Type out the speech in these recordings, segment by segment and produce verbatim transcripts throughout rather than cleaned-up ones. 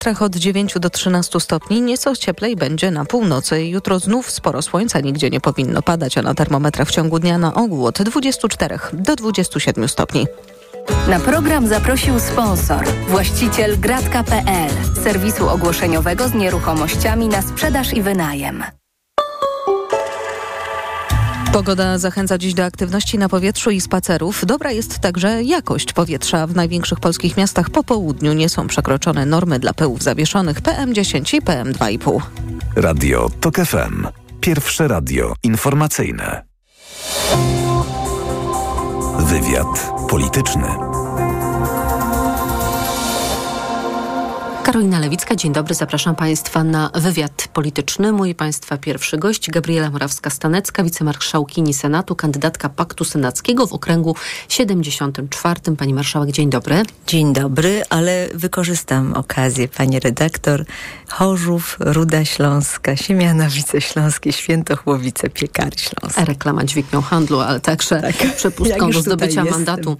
Tatrach od dziewięciu do trzynastu stopni, nieco cieplej będzie na północy. Jutro znów sporo słońca, nigdzie nie powinno padać, a na termometrach w ciągu dnia na ogół od dwudziestu czterech do dwudziestu siedmiu stopni. Na program zaprosił sponsor, właściciel gratka kropka pe el, serwisu ogłoszeniowego z nieruchomościami na sprzedaż i wynajem. Pogoda zachęca dziś do aktywności na powietrzu i spacerów. Dobra jest także jakość powietrza. W największych polskich miastach po południu nie są przekroczone normy dla pyłów zawieszonych P M dziesięć i P M dwa i pół. Radio TOK F M. Pierwsze radio informacyjne. Wywiad polityczny. Karolina Lewicka, dzień dobry, zapraszam Państwa na wywiad polityczny. Mój Państwa pierwszy gość, Gabriela Morawska-Stanecka, wicemarszałkini Senatu, kandydatka Paktu Senackiego w okręgu siedemdziesiątym czwartym. Pani marszałek, dzień dobry. Dzień dobry, ale wykorzystam okazję, pani redaktor. Chorzów, Ruda Śląska, Siemianowice Śląskie, Świętochłowice, Piekary Śląskie. Reklama dźwignią handlu, ale także tak, przepustką do zdobycia mandatu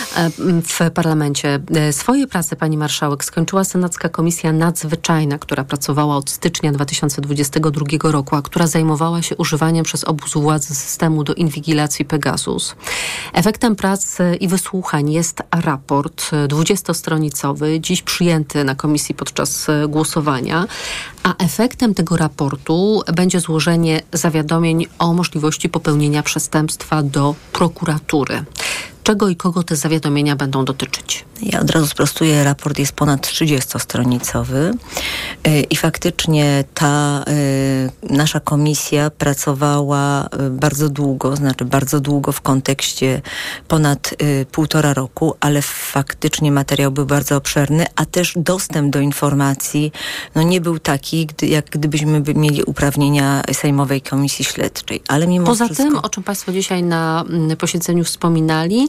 w parlamencie. Swoje prace pani marszałek skończyła Senacka Komisja Nadzwyczajna, która pracowała od stycznia dwa tysiące dwudziestego drugiego roku, a która zajmowała się używaniem przez obóz władzy systemu do inwigilacji Pegasus. Efektem prac i wysłuchań jest raport dwudziestostronicowy, dziś przyjęty na komisji podczas głosowania, a efektem tego raportu będzie złożenie zawiadomień o możliwości popełnienia przestępstwa do prokuratury. Czego i kogo te zawiadomienia będą dotyczyć? Ja od razu sprostuję, raport jest ponad trzydziestostronicowy i faktycznie ta y, nasza komisja pracowała bardzo długo, znaczy bardzo długo w kontekście ponad y, półtora roku, ale faktycznie materiał był bardzo obszerny, a też dostęp do informacji no, nie był taki, gdy, jak gdybyśmy mieli uprawnienia Sejmowej Komisji Śledczej. Ale mimo Poza wszystko... tym, o czym Państwo dzisiaj na posiedzeniu wspominali,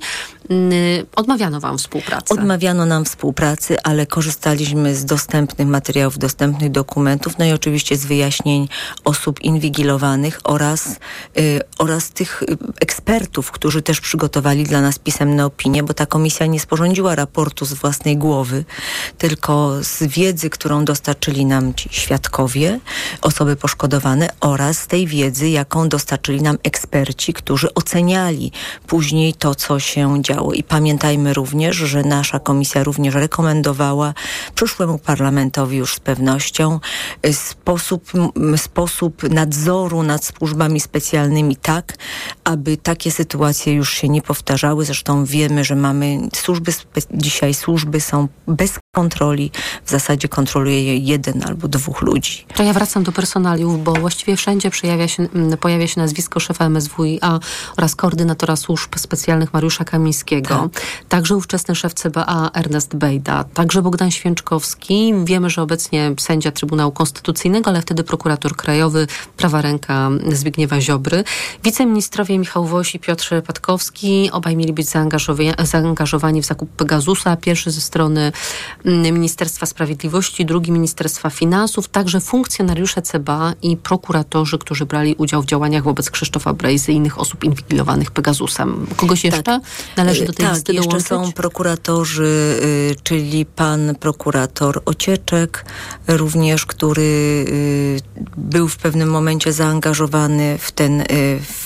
odmawiano Wam współpracy. Odmawiano nam współpracy, ale korzystaliśmy z dostępnych materiałów, dostępnych dokumentów, no i oczywiście z wyjaśnień osób inwigilowanych oraz, y, oraz tych ekspertów, którzy też przygotowali dla nas pisemne opinie, bo ta komisja nie sporządziła raportu z własnej głowy, tylko z wiedzy, którą dostarczyli nam ci świadkowie, osoby poszkodowane oraz z tej wiedzy, jaką dostarczyli nam eksperci, którzy oceniali później to, co się działo. I pamiętajmy również, że nasza komisja również rekomendowała przyszłemu parlamentowi już z pewnością sposób, sposób nadzoru nad służbami specjalnymi tak, aby takie sytuacje już się nie powtarzały. Zresztą wiemy, że mamy służby, dzisiaj służby są bez kontroli. W zasadzie kontroluje je jeden albo dwóch ludzi. To ja wracam do personaliów, bo właściwie wszędzie przejawia się, pojawia się nazwisko szefa M S W i A oraz koordynatora służb specjalnych Mariusza Kamińskiego. Tak. Także ówczesny szef C B A Ernest Bejda. Także Bogdan Święczkowski. Wiemy, że obecnie sędzia Trybunału Konstytucyjnego, ale wtedy prokurator krajowy, prawa ręka Zbigniewa Ziobry. Wiceministrowie Michał Woś i Piotr Patkowski. Obaj mieli być zaangażowani, zaangażowani w zakup Pegasusa. Pierwszy ze strony Ministerstwa Sprawiedliwości, drugi Ministerstwa Finansów, także funkcjonariusze C B A i prokuratorzy, którzy brali udział w działaniach wobec Krzysztofa Brejzy i innych osób inwigilowanych Pegasusem. Kogoś jeszcze tak. należy do tej tak, listy jeszcze dołączyć? są prokuratorzy, y, czyli pan prokurator Ocieczek, również, który y, był w pewnym momencie zaangażowany w ten y,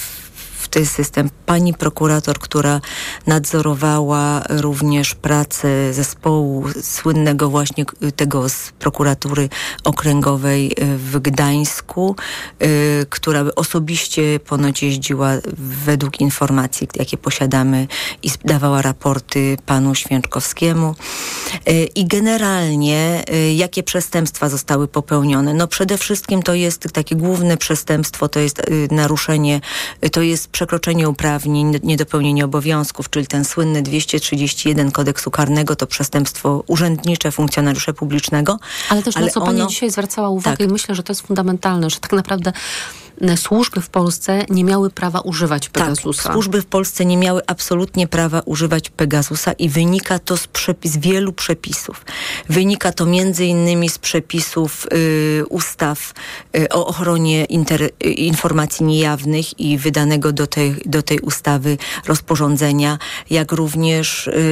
w ten system. Pani prokurator, która nadzorowała również pracę zespołu słynnego właśnie tego z prokuratury okręgowej w Gdańsku, y, która osobiście ponoć jeździła według informacji, jakie posiadamy i dawała raporty panu Święczkowskiemu. Y, I generalnie y, jakie przestępstwa zostały popełnione? No przede wszystkim to jest takie główne przestępstwo, to jest y, naruszenie, y, to jest przekroczenie uprawnień, niedopełnienie obowiązków, czyli ten słynny dwieście trzydzieści jeden kodeksu karnego, to przestępstwo urzędnicze funkcjonariusza publicznego. Ale też ale na co ono... pani dzisiaj zwracała uwagę tak. i myślę, że to jest fundamentalne, że tak naprawdę służby w Polsce nie miały prawa używać Pegasusa. Tak, służby w Polsce nie miały absolutnie prawa używać Pegasusa i wynika to z, przepis, z wielu przepisów. Wynika to między innymi z przepisów y, ustaw y, o ochronie inter, y, informacji niejawnych i wydanego do tej, do tej ustawy rozporządzenia, jak również y,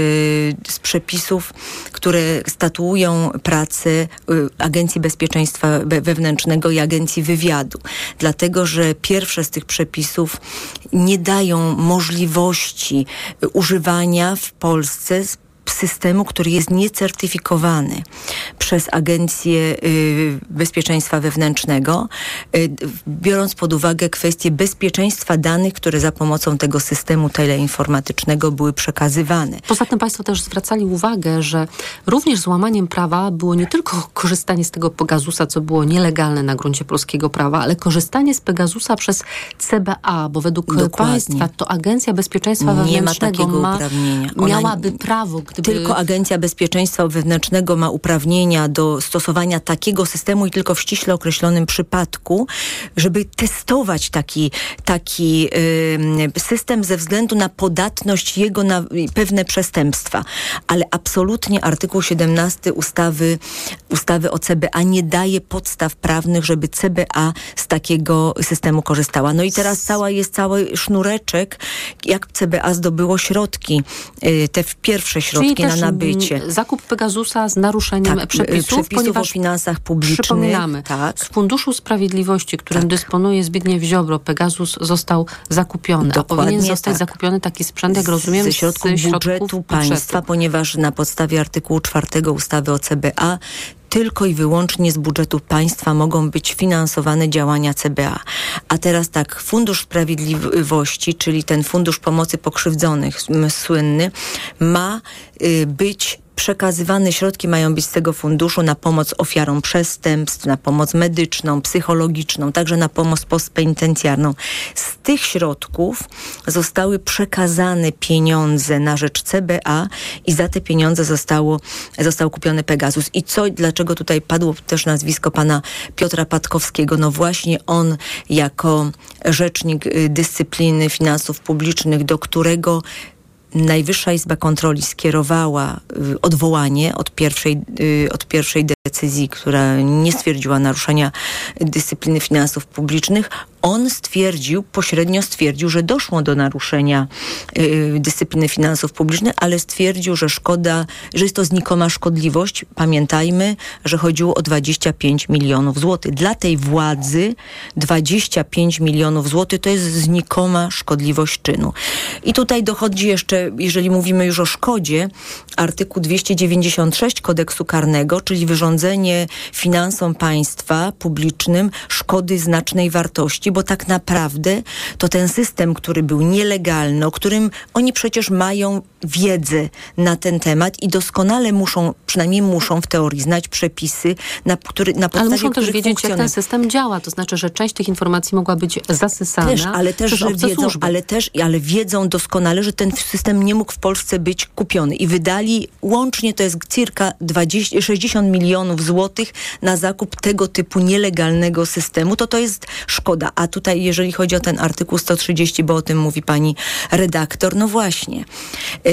z przepisów, które statuują pracę y, Agencji Bezpieczeństwa Wewnętrznego i Agencji Wywiadu. Dlatego, że pierwsze z tych przepisów nie dają możliwości używania w Polsce systemu, który jest niecertyfikowany przez Agencję y, Bezpieczeństwa Wewnętrznego, y, biorąc pod uwagę kwestię bezpieczeństwa danych, które za pomocą tego systemu teleinformatycznego były przekazywane. Poza tym państwo też zwracali uwagę, że również złamaniem prawa było nie tylko korzystanie z tego Pegasusa, co było nielegalne na gruncie polskiego prawa, ale korzystanie z Pegasusa przez C B A, bo według Dokładnie. państwa to Agencja Bezpieczeństwa nie Wewnętrznego ma takiego ma, uprawnienia. Ona miałaby prawo, gdyby... Tylko Agencja Bezpieczeństwa Wewnętrznego ma uprawnienia do stosowania takiego systemu i tylko w ściśle określonym przypadku, żeby testować taki, taki y, system ze względu na podatność jego na pewne przestępstwa. Ale absolutnie artykuł siedemnasty ustawy, ustawy o C B A nie daje podstaw prawnych, żeby C B A z takiego systemu korzystała. No i teraz cała jest cały sznureczek, jak C B A zdobyło środki, y, te pierwsze środki na nabycie. Zakup Pegasusa z naruszeniem tak, przepisów, przepisów ponieważ o finansach publicznych. Przypominamy, tak. z Funduszu Sprawiedliwości, którym tak. dysponuje Zbigniew Ziobro, Pegasus został zakupiony, Dokładnie a powinien zostać tak. zakupiony taki sprzęt, jak rozumiem, ze środków, ze środków budżetu, budżetu państwa, ponieważ na podstawie artykułu czwartego ustawy o C B A tylko i wyłącznie z budżetu państwa mogą być finansowane działania C B A. A teraz tak, Fundusz Sprawiedliwości, czyli ten Fundusz Pomocy Pokrzywdzonych, słynny, ma y, być przekazywane środki mają być z tego funduszu na pomoc ofiarom przestępstw, na pomoc medyczną, psychologiczną, także na pomoc postpenitencjarną. Z tych środków zostały przekazane pieniądze na rzecz C B A i za te pieniądze zostało, został kupiony Pegasus. I co, dlaczego tutaj padło też nazwisko pana Piotra Patkowskiego? No właśnie on jako rzecznik dyscypliny finansów publicznych, do którego Najwyższa Izba Kontroli skierowała y, odwołanie od pierwszej, y, od pierwszej decyzji, która nie stwierdziła naruszenia dyscypliny finansów publicznych. On stwierdził, pośrednio stwierdził, że doszło do naruszenia y, dyscypliny finansów publicznych, ale stwierdził, że szkoda, że jest to znikoma szkodliwość. Pamiętajmy, że chodziło o dwadzieścia pięć milionów złotych. Dla tej władzy dwadzieścia pięć milionów złotych to jest znikoma szkodliwość czynu. I tutaj dochodzi jeszcze, jeżeli mówimy już o szkodzie, artykuł dwieście dziewięćdziesiąt sześć Kodeksu Karnego, czyli wyrządzenie finansom państwa publicznym szkody znacznej wartości, bo tak naprawdę to ten system, który był nielegalny, o którym oni przecież mają wiedzę na ten temat i doskonale muszą, przynajmniej muszą w teorii znać przepisy, na, który, na podstawie ale muszą też wiedzieć, jak ten system system działa. To znaczy, że część tych informacji mogła być zasysana też, ale też, przez że obce wiedzą, służby. ale też, ale wiedzą doskonale, że ten system nie mógł w Polsce być kupiony i wydali łącznie to jest circa dwadzieścia, sześćdziesiąt milionów złotych na zakup tego typu nielegalnego systemu. To to jest szkoda. A tutaj, jeżeli chodzi o ten artykuł sto trzydzieści, bo o tym mówi pani redaktor, no właśnie. Yy,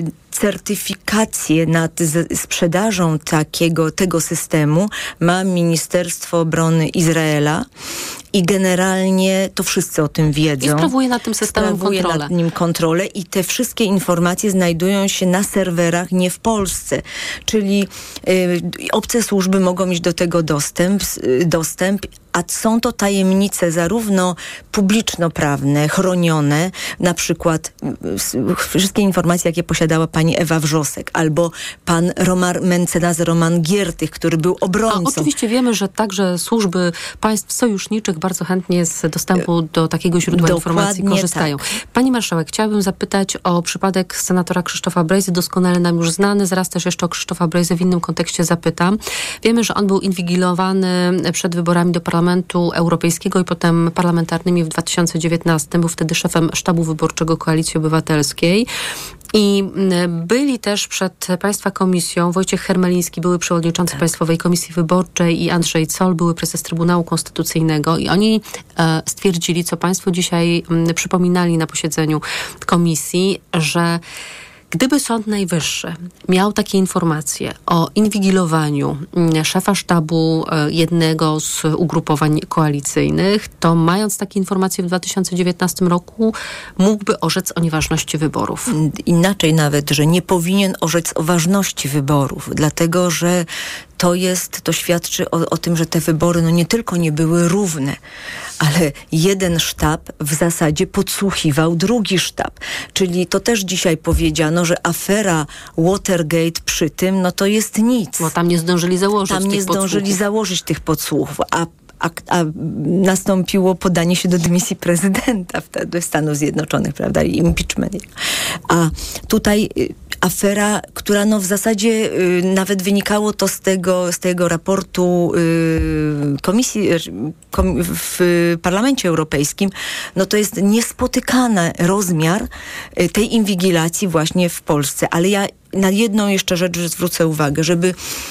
certyfikację nad z, sprzedażą takiego, tego systemu ma Ministerstwo Obrony Izraela i generalnie to wszyscy o tym wiedzą. I sprawuje nad tym systemem sprawuje kontrolę. nad nim kontrolę i te wszystkie informacje znajdują się na serwerach nie w Polsce. Czyli y, obce służby mogą mieć do tego dostęp, y, dostęp a są to tajemnice zarówno publiczno-prawne, chronione, na przykład wszystkie informacje, jakie posiadała pani Ewa Wrzosek, albo pan Roman, mecenas Roman Giertych, który był obrońcą. A oczywiście wiemy, że także służby państw sojuszniczych bardzo chętnie z dostępu do takiego źródła Dokładnie informacji korzystają. Tak. Pani marszałek, chciałabym zapytać o przypadek senatora Krzysztofa Brejzy, doskonale nam już znany. Zaraz też jeszcze o Krzysztofa Brejzy w innym kontekście zapytam. Wiemy, że on był inwigilowany przed wyborami do Parlamentu Europejskiego i potem parlamentarnymi w dwa tysiące dziewiętnastym. Był wtedy szefem sztabu wyborczego Koalicji Obywatelskiej. I byli też przed Państwa komisją Wojciech Hermeliński, były przewodniczący tak. Państwowej Komisji Wyborczej, i Andrzej Zoll, były prezes Trybunału Konstytucyjnego, i oni e, stwierdzili, co Państwo dzisiaj m, przypominali na posiedzeniu komisji, że gdyby Sąd Najwyższy miał takie informacje o inwigilowaniu szefa sztabu jednego z ugrupowań koalicyjnych, to mając takie informacje w dwa tysiące dziewiętnastym roku mógłby orzec o nieważności wyborów. Inaczej nawet, że nie powinien orzec o ważności wyborów, dlatego że to jest, to świadczy o, o tym, że te wybory no nie tylko nie były równe, ale jeden sztab w zasadzie podsłuchiwał drugi sztab. Czyli to też dzisiaj powiedziano, że afera Watergate przy tym, no to jest nic. Bo tam nie zdążyli założyć Tam tych nie zdążyli podsłuchów. założyć tych podsłuchów, a A, a nastąpiło podanie się do dymisji prezydenta wtedy Stanów Zjednoczonych, prawda, i impeachment. A tutaj y, afera, która no w zasadzie y, nawet wynikało to z tego, z tego raportu y, komisji kom, w Parlamencie Europejskim, no to jest niespotykany rozmiar y, tej inwigilacji właśnie w Polsce. Ale ja na jedną jeszcze rzecz zwrócę uwagę, żeby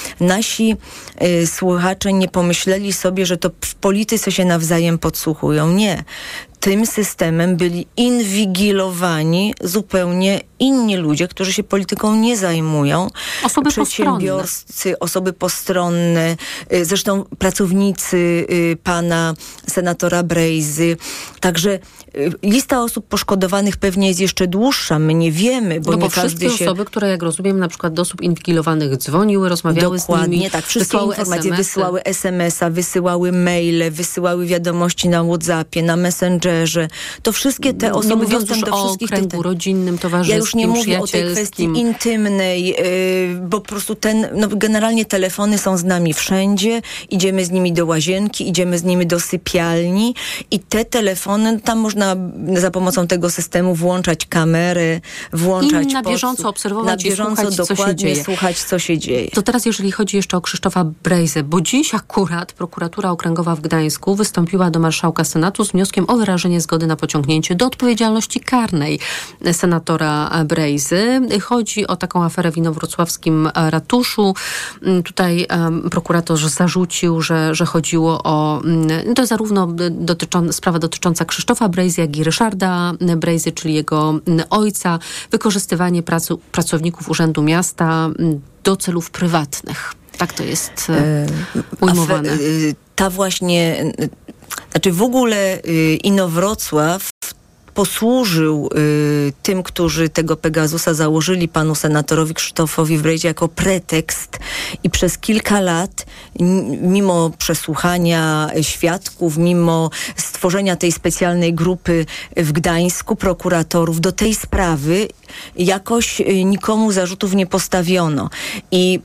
nasi y, słuchacze nie pomyśleli sobie, że to w polityce się nawzajem podsłuchują. Nie. Tym systemem byli inwigilowani zupełnie inni ludzie, którzy się polityką nie zajmują. Osoby Przedsiębiorcy, postronne. osoby postronne, y, zresztą pracownicy y, pana senatora Brejzy. Także y, lista osób poszkodowanych pewnie jest jeszcze dłuższa. My nie wiemy, bo no nie bo każdy wszystkie się... osoby, które jak rozumiem na przykład do osób inwigilowanych dzwoniły, rozmawiały Dokładnie, z nimi, tak. Wszystkie wysyłały informacje es em esy. wysyłały es em es a, wysyłały maile, wysyłały wiadomości na WhatsAppie, na Messengerze. To wszystkie te osoby, nie mówiąc dostęp już do o wszystkich kręgu tych... rodzinnym, towarzyskim, Ja już nie mówię o tej kwestii intymnej, yy, bo po prostu ten, no generalnie telefony są z nami wszędzie, idziemy z nimi do łazienki, idziemy z nimi do sypialni i te telefony, tam można za pomocą tego systemu włączać kamery, włączać... I na bieżąco podsłuch, obserwować na bieżąco i słuchać, co się dokładnie dzieje. słuchać, co się dzieje. To teraz, jeżeli chodzi jeszcze o Krzysztofa Brejzę, bo dziś akurat prokuratura okręgowa w Gdańsku wystąpiła do marszałka Senatu z wnioskiem o wyrażenie zgody na pociągnięcie do odpowiedzialności karnej senatora Brejzy. Chodzi o taką aferę w inowrocławskim ratuszu. Tutaj um, prokurator zarzucił, że, że chodziło o to zarówno dotyczą, sprawa dotycząca Krzysztofa Brejzy, jak i Ryszarda Brejzy, czyli jego ojca, wykorzystywanie pracy, pracowników Urzędu Miasta do celów prywatnych. Tak to jest e, ujmowane. Afer, ta właśnie, znaczy w ogóle Inowrocław posłużył y, tym, którzy tego Pegasusa założyli, panu senatorowi Krzysztofowi Brejzie, jako pretekst i przez kilka lat, n- mimo przesłuchania świadków, mimo stworzenia tej specjalnej grupy w Gdańsku, prokuratorów, do tej sprawy jakoś y, nikomu zarzutów nie postawiono. I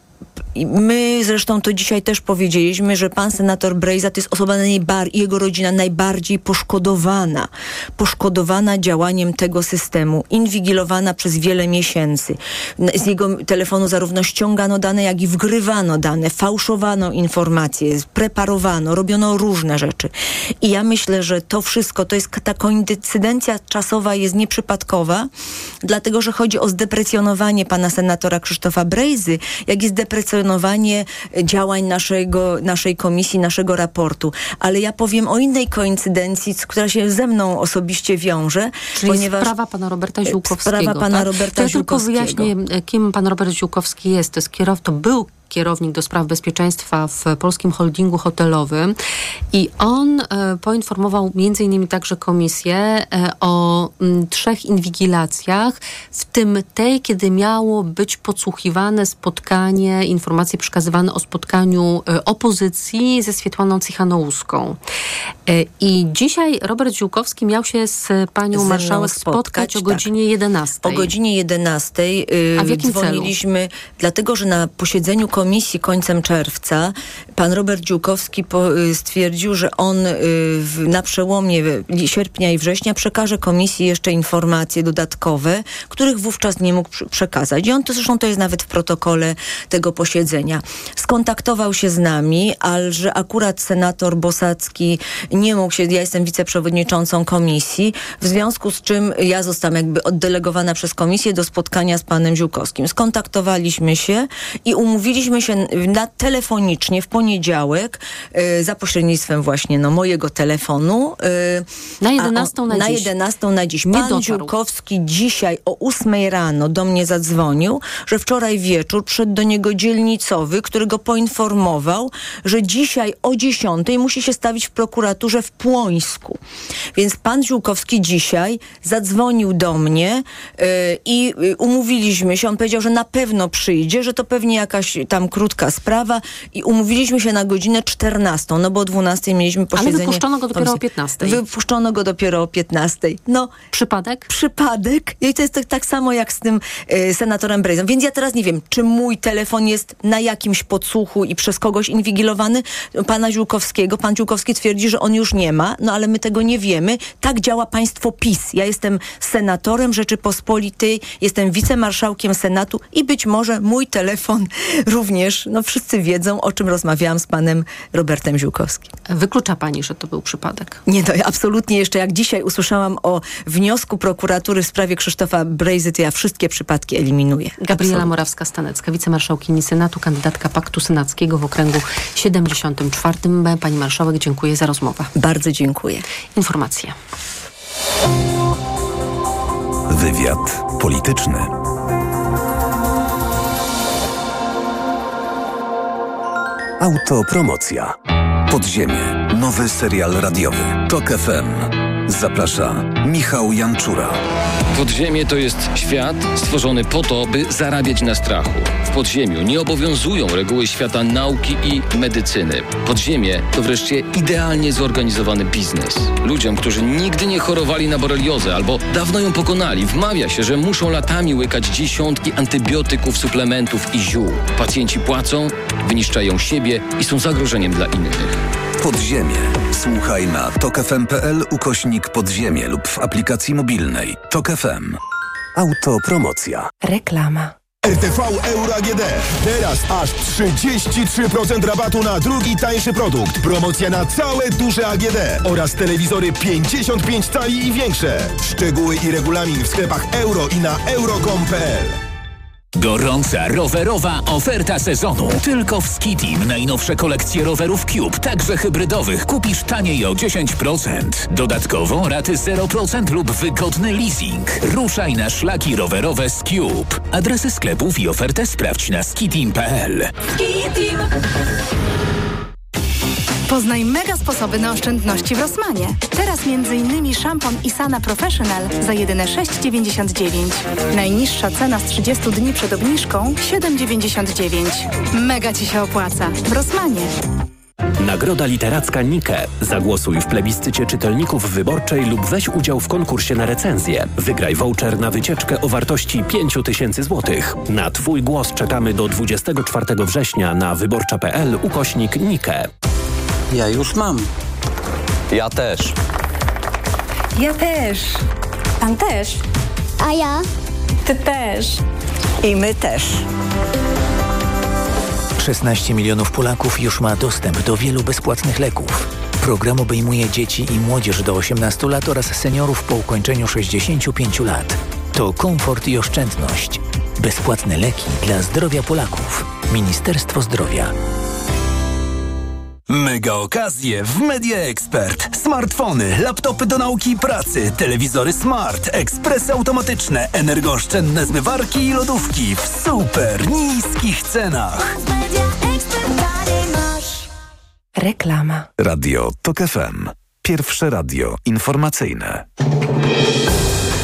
my zresztą to dzisiaj też powiedzieliśmy, że pan senator Brejza to jest osoba najbar- jego rodzina najbardziej poszkodowana. Poszkodowana działaniem tego systemu. Inwigilowana przez wiele miesięcy. Z jego telefonu zarówno ściągano dane, jak i wgrywano dane. Fałszowano informacje, preparowano, robiono różne rzeczy. I ja myślę, że to wszystko, to jest ta koincydencja czasowa jest nieprzypadkowa, dlatego, że chodzi o zdeprecjonowanie pana senatora Krzysztofa Brejzy, jak i zdeprecjonowanie działań naszego, naszej komisji, naszego raportu. Ale ja powiem o innej koincydencji, która się ze mną osobiście wiąże. Czyli ponieważ sprawa pana Roberta Ziółkowskiego. Sprawa pana tak? Roberta to ja Ziółkowskiego. tylko wyjaśnię, kim pan Robert Ziółkowski jest. To jest kierow, to był kierownik do spraw bezpieczeństwa w Polskim Holdingu Hotelowym i on e, poinformował między innymi także komisję e, o m, trzech inwigilacjach, w tym tej, kiedy miało być podsłuchiwane spotkanie, informacje przekazywane o spotkaniu e, opozycji ze Swietłaną Cichanouską. E, I dzisiaj Robert Ziółkowski miał się z panią Ze marszałek spotkać, spotkać o tak. godzinie jedenastej. O godzinie jedenastej yy, A w jakim dzwoniliśmy, celu? Dlatego, że na posiedzeniu komisji komisji końcem czerwca pan Robert Dziółkowski po, stwierdził, że on w, na przełomie sierpnia i września przekaże komisji jeszcze informacje dodatkowe, których wówczas nie mógł przekazać. I on to zresztą to jest nawet w protokole tego posiedzenia. Skontaktował się z nami, ale że akurat senator Bosacki nie mógł się, ja jestem wiceprzewodniczącą komisji, w związku z czym ja zostałam jakby oddelegowana przez komisję do spotkania z panem Dziółkowskim. Skontaktowaliśmy się i umówiliśmy się na, telefonicznie w poniedziałek y, za pośrednictwem właśnie no, mojego telefonu. Y, na jedenastą na, na dziś. jedenastą na dziś. Pan Dziółkowski dzisiaj o ósmej rano do mnie zadzwonił, że wczoraj wieczór przyszedł do niego dzielnicowy, który go poinformował, że dzisiaj o dziesiątej musi się stawić w prokuraturze w Płońsku. Więc pan Dziółkowski dzisiaj zadzwonił do mnie yy, i yy, umówiliśmy się. On powiedział, że na pewno przyjdzie, że to pewnie jakaś tam krótka sprawa i umówiliśmy się na godzinę czternastą, no bo o dwunastej mieliśmy posiedzenie. Ale wypuszczono go dopiero o piętnastej. Wypuszczono go dopiero o piętnastej. No, przypadek? Przypadek. I to jest tak, tak samo jak z tym yy, senatorem Brejzą. Więc ja teraz nie wiem, czy mój telefon jest na jakimś podsłuchu i przez kogoś inwigilowany. Pana Dziółkowskiego. Pan Dziółkowski twierdzi, że on już nie ma, no ale my tego nie wiemy. Tak działa państwo PiS. Ja jestem senatorem Rzeczypospolitej, jestem wicemarszałkiem Senatu i być może mój telefon również, no wszyscy wiedzą, o czym rozmawiałam z panem Robertem Dziółkowskim. Wyklucza pani, że to był przypadek? Nie, no absolutnie. Jeszcze jak dzisiaj usłyszałam o wniosku prokuratury w sprawie Krzysztofa Brejzy, to ja wszystkie przypadki eliminuję. Gabriela Morawska-Stanecka, wicemarszałkini Senatu, kandydatka Paktu Senackiego w okręgu siedemdziesiątym czwartym. Pani marszałek, dziękuję za rozmowę. Bardzo dziękuję. Informacje. Wywiad polityczny. Autopromocja. Podziemie. Nowy serial radiowy. Tok F M. Zaprasza Michał Janczura. Podziemie to jest świat stworzony po to, by zarabiać na strachu. W podziemiu nie obowiązują reguły świata nauki i medycyny. Podziemie to wreszcie idealnie zorganizowany biznes. Ludziom, którzy nigdy nie chorowali na boreliozę albo dawno ją pokonali, wmawia się, że muszą latami łykać dziesiątki antybiotyków, suplementów i ziół. Pacjenci płacą, wyniszczają siebie i są zagrożeniem dla innych. Podziemie. Słuchaj na tokfm.pl ukośnik podziemie lub w aplikacji mobilnej. Tok F M. Autopromocja. Reklama. R T V Euro A G D. Teraz aż trzydzieści trzy procent rabatu na drugi tańszy produkt. Promocja na całe duże A G D oraz telewizory pięćdziesiąt pięć cali i większe. Szczegóły i regulamin w sklepach euro i na euro kropka com kropka p l. Gorąca rowerowa oferta sezonu. Tylko w Skitim najnowsze kolekcje rowerów Cube, także hybrydowych, kupisz taniej o dziesięć procent. Dodatkowo raty zero procent lub wygodny leasing. Ruszaj na szlaki rowerowe z Cube. Adresy sklepów i ofertę sprawdź na skitim kropka p l. Skitim. Poznaj mega sposoby na oszczędności w Rossmanie. Teraz m.in. szampon Isana Professional za jedyne sześć dziewięćdziesiąt dziewięć. Najniższa cena z trzydziestu dni przed obniżką siedem dziewięćdziesiąt dziewięć. Mega Ci się opłaca. W Rossmanie. Nagroda literacka Nike. Zagłosuj w plebiscycie czytelników wyborczej lub weź udział w konkursie na recenzję. Wygraj voucher na wycieczkę o wartości pięć tysięcy złotych. Na Twój głos czekamy do dwudziestego czwartego września na wyborcza kropka p l ukośnik Nike. Ja już mam. Ja też. Ja też. Pan też. A ja? Ty też. I my też. szesnaście milionów Polaków już ma dostęp do wielu bezpłatnych leków. Program obejmuje dzieci i młodzież do osiemnastu lat oraz seniorów po ukończeniu sześćdziesięciu pięciu lat. To komfort i oszczędność. Bezpłatne leki dla zdrowia Polaków. Ministerstwo Zdrowia. Mega okazje w Media Expert. Smartfony, laptopy do nauki i pracy, telewizory smart, ekspresy automatyczne, energooszczędne zmywarki i lodówki w super niskich cenach. Reklama. Radio Tok F M. Pierwsze radio informacyjne.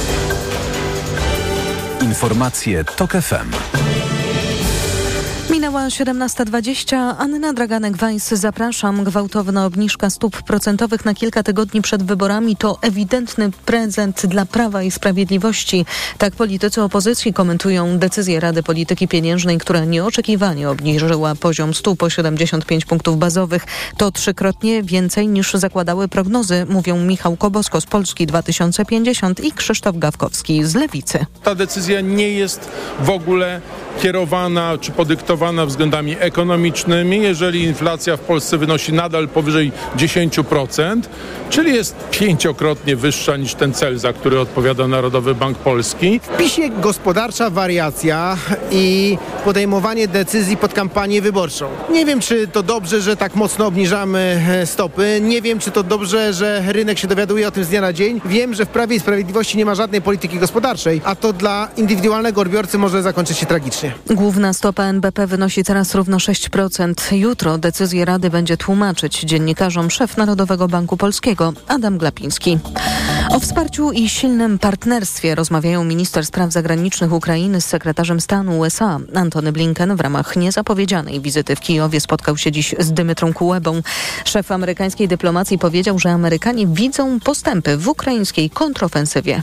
Informacje Tok F M. Minęła Minęła siedemnasta dwadzieścia. Anna Draganek-Weiss, zapraszam. Gwałtowna obniżka stóp procentowych na kilka tygodni przed wyborami to ewidentny prezent dla Prawa i Sprawiedliwości. Tak politycy opozycji komentują decyzję Rady Polityki Pieniężnej, która nieoczekiwanie obniżyła poziom stóp o siedemdziesiąt pięć punktów bazowych. To trzykrotnie więcej niż zakładały prognozy, mówią Michał Kobosko z Polski dwa tysiące pięćdziesiąt i Krzysztof Gawkowski z Lewicy. Ta decyzja nie jest w ogóle kierowana czy podyktowana względami ekonomicznymi, jeżeli inflacja w Polsce wynosi nadal powyżej dziesięć procent, czyli jest pięciokrotnie wyższa niż ten cel, za który odpowiada Narodowy Bank Polski. W PiSie gospodarcza wariacja i podejmowanie decyzji pod kampanię wyborczą. Nie wiem, czy to dobrze, że tak mocno obniżamy stopy. Nie wiem, czy to dobrze, że rynek się dowiaduje o tym z dnia na dzień. Wiem, że w Prawie i Sprawiedliwości nie ma żadnej polityki gospodarczej, a to dla indywidualnego odbiorcy może zakończyć się tragicznie. Główna stopa N B P wynosi teraz równo sześć procent. Jutro decyzję Rady będzie tłumaczyć dziennikarzom szef Narodowego Banku Polskiego Adam Glapiński. O wsparciu i silnym partnerstwie rozmawiają minister spraw zagranicznych Ukrainy z sekretarzem stanu U S A. Antony Blinken w ramach niezapowiedzianej wizyty w Kijowie spotkał się dziś z Dymitrą Kulebą. Szef amerykańskiej dyplomacji powiedział, że Amerykanie widzą postępy w ukraińskiej kontrofensywie.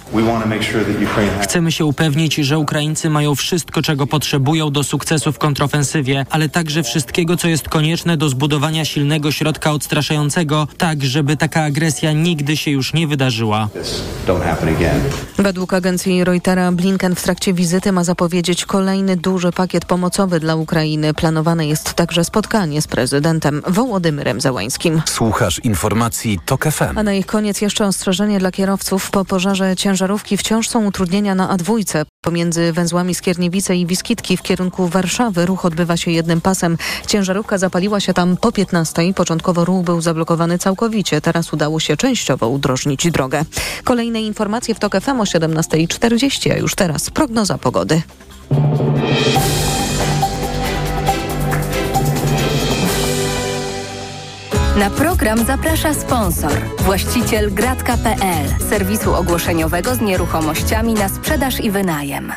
Chcemy się upewnić, że Ukraińcy mają wszystko, czego potrzebują do sukcesu w kontrofensywie, ale także wszystkiego, co jest konieczne do zbudowania silnego środka odstraszającego, tak żeby taka agresja nigdy się już nie wydarzyła. Według agencji Reutera Blinken w trakcie wizyty ma zapowiedzieć kolejny duży pakiet pomocowy dla Ukrainy. Planowane jest także spotkanie z prezydentem Wołodymyrem Zełańskim. Słuchasz informacji TOK F M. A na ich koniec jeszcze ostrzeżenie dla kierowców. Po pożarze ciężarówki wciąż są utrudnienia na A dwa. Pomiędzy węzłami Skierniewice i Wiskitki w kierunku Warszawy ruch odbywa się jednym pasem. Ciężarówka zapaliła się tam po piętnastej. Początkowo ruch był zablokowany całkowicie. Teraz udało się częściowo udrożnić drogę. Kolejne informacje w TOK F M o siedemnasta czterdzieści, a już teraz prognoza pogody. Na program zaprasza sponsor, właściciel gratka kropka pe el, serwisu ogłoszeniowego z nieruchomościami na sprzedaż i wynajem.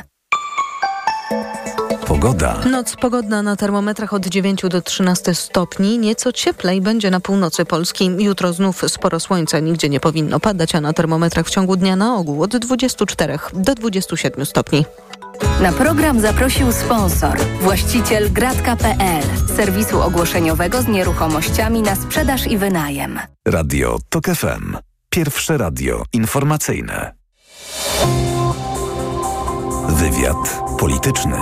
Pogoda. Noc pogodna na termometrach od dziewięciu do trzynastu stopni. Nieco cieplej będzie na północy Polski. Jutro znów sporo słońca, nigdzie nie powinno padać, a na termometrach w ciągu dnia na ogół od dwudziestu czterech do dwudziestu siedmiu stopni. Na program zaprosił sponsor, właściciel gratka kropka pe el, serwisu ogłoszeniowego z nieruchomościami na sprzedaż i wynajem. Radio TOK F M. Pierwsze radio informacyjne. Wywiad polityczny.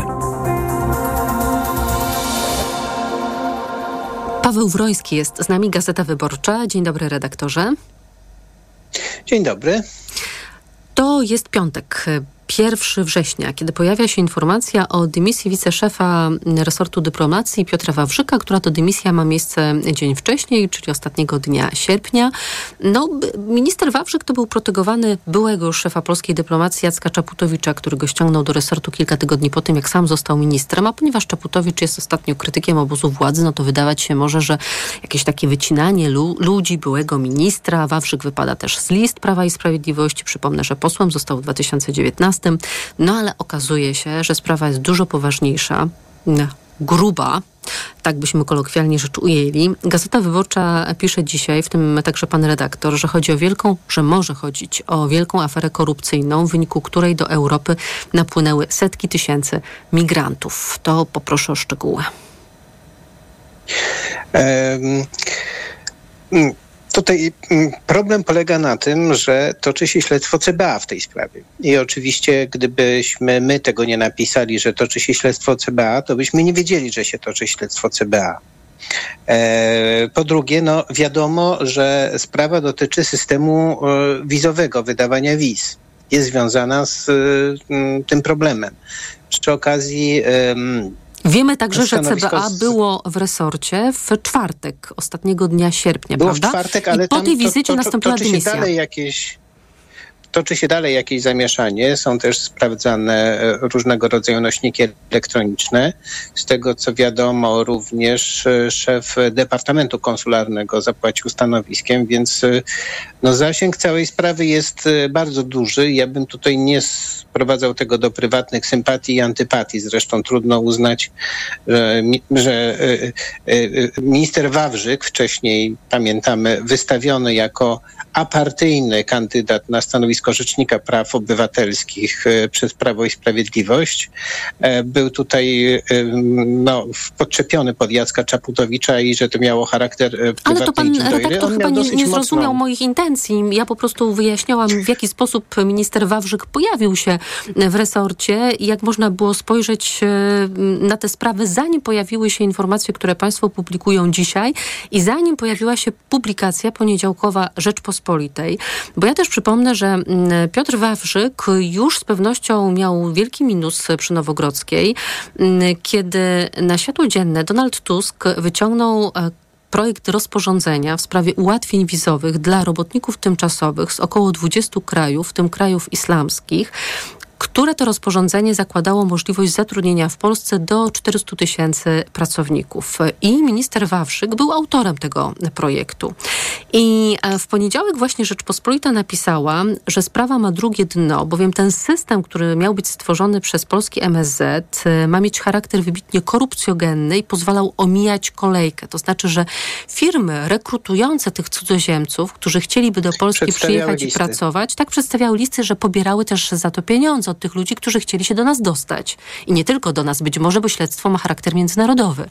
Paweł Wroński jest z nami, Gazeta Wyborcza. Dzień dobry, redaktorze. Dzień dobry. To jest piątek, pierwszego września, kiedy pojawia się informacja o dymisji wiceszefa resortu dyplomacji Piotra Wawrzyka, która to dymisja ma miejsce dzień wcześniej, czyli ostatniego dnia sierpnia. No, minister Wawrzyk to był protegowany byłego już szefa polskiej dyplomacji Jacka Czaputowicza, który go ściągnął do resortu kilka tygodni po tym, jak sam został ministrem, a ponieważ Czaputowicz jest ostatnio krytykiem obozu władzy, no to wydawać się może, że jakieś takie wycinanie lu- ludzi, byłego ministra. Wawrzyk wypada też z list Prawa i Sprawiedliwości. Przypomnę, że posłem został w dwa tysiące dziewiętnastym. No ale okazuje się, że sprawa jest dużo poważniejsza, gruba, tak byśmy kolokwialnie rzecz ujęli. Gazeta Wyborcza pisze dzisiaj, w tym także pan redaktor, że chodzi o wielką, że może chodzić o wielką aferę korupcyjną, w wyniku której do Europy napłynęły setki tysięcy migrantów. To poproszę o szczegóły. Um. Tutaj problem polega na tym, że toczy się śledztwo C B A w tej sprawie. I oczywiście, gdybyśmy my tego nie napisali, że toczy się śledztwo C B A, to byśmy nie wiedzieli, że się toczy śledztwo C B A. E, po drugie, no wiadomo, że sprawa dotyczy systemu e, wizowego, wydawania wiz. Jest związana z e, tym problemem. Przy okazji... E, Wiemy także, że C B A było w resorcie w czwartek, ostatniego dnia sierpnia, było prawda? W czwartek, ale I po tam tej wizycie to, to, nastąpiła toczy się dymisja. Dalej jakieś, toczy się dalej jakieś zamieszanie. Są też sprawdzane różnego rodzaju nośniki elektroniczne. Z tego, co wiadomo, również szef Departamentu Konsularnego zapłacił stanowiskiem, więc no, zasięg całej sprawy jest bardzo duży. Ja bym tutaj nie sprowadzał tego do prywatnych sympatii i antypatii. Zresztą trudno uznać, że, że minister Wawrzyk, wcześniej pamiętamy, wystawiony jako apartyjny kandydat na stanowisko Rzecznika Praw Obywatelskich przez Prawo i Sprawiedliwość, był tutaj no, podczepiony pod Jacka Czaputowicza i że to miało charakter prywatnej Ale to pan redaktor chyba nie, nie zrozumiał mocną... moich intencji. Ja po prostu wyjaśniałam, w jaki sposób minister Wawrzyk pojawił się w resorcie i jak można było spojrzeć na te sprawy, zanim pojawiły się informacje, które państwo publikują dzisiaj i zanim pojawiła się publikacja poniedziałkowa Rzeczpospolitej. Bo ja też przypomnę, że Piotr Wawrzyk już z pewnością miał wielki minus przy Nowogrodzkiej, kiedy na światło dzienne Donald Tusk wyciągnął projekt rozporządzenia w sprawie ułatwień wizowych dla robotników tymczasowych z około dwudziestu krajów, w tym krajów islamskich, które to rozporządzenie zakładało możliwość zatrudnienia w Polsce do czterystu tysięcy pracowników. I minister Wawrzyk był autorem tego projektu. I w poniedziałek właśnie Rzeczpospolita napisała, że sprawa ma drugie dno, bowiem ten system, który miał być stworzony przez polski M S Z, ma mieć charakter wybitnie korupcjogenny i pozwalał omijać kolejkę. To znaczy, że firmy rekrutujące tych cudzoziemców, którzy chcieliby do Polski przyjechać listy. i pracować, tak przedstawiały listy, że pobierały też za to pieniądze od tych ludzi, którzy chcieli się do nas dostać. I nie tylko do nas, być może, bo śledztwo ma charakter międzynarodowy.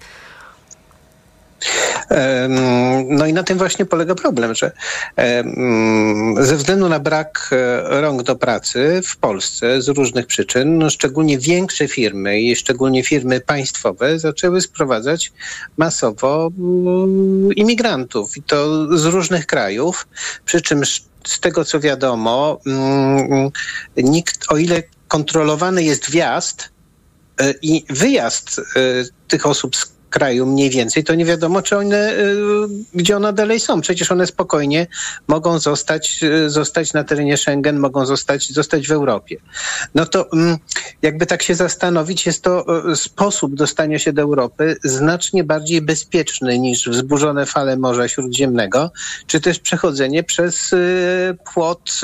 No i na tym właśnie polega problem, że ze względu na brak rąk do pracy w Polsce z różnych przyczyn, no szczególnie większe firmy i szczególnie firmy państwowe zaczęły sprowadzać masowo imigrantów i to z różnych krajów, przy czym z tego co wiadomo, nikt, o ile kontrolowany jest wjazd i wyjazd tych osób z kraju mniej więcej, to nie wiadomo, czy one, gdzie one dalej są. Przecież one spokojnie mogą zostać, zostać na terenie Schengen, mogą zostać, zostać w Europie. No to jakby tak się zastanowić, jest to sposób dostania się do Europy znacznie bardziej bezpieczny niż wzburzone fale Morza Śródziemnego, czy też przechodzenie przez płot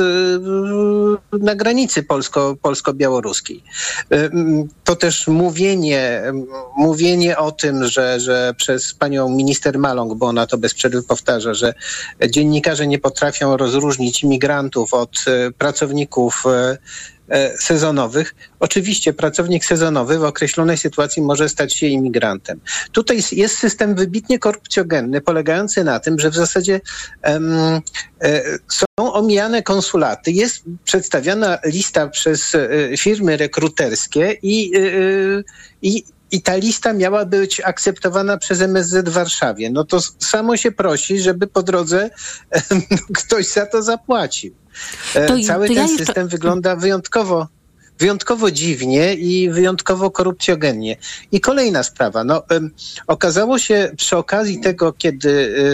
na granicy polsko, polsko-białoruskiej. To też mówienie, mówienie o tym, że Że, że przez panią minister Maląg, bo ona to bez przerwy powtarza, że dziennikarze nie potrafią rozróżnić imigrantów od e, pracowników e, e, sezonowych. Oczywiście pracownik sezonowy w określonej sytuacji może stać się imigrantem. Tutaj jest system wybitnie korupcjogenny, polegający na tym, że w zasadzie em, e, są omijane konsulaty, jest przedstawiana lista przez e, firmy rekruterskie i, e, i I ta lista miała być akceptowana przez M S Z w Warszawie. No to samo się prosi, żeby po drodze no, ktoś za to zapłacił. To, Cały to ten ja system jeszcze... wygląda wyjątkowo, wyjątkowo dziwnie i wyjątkowo korupcjogennie. I kolejna sprawa. No, um, okazało się przy okazji tego, kiedy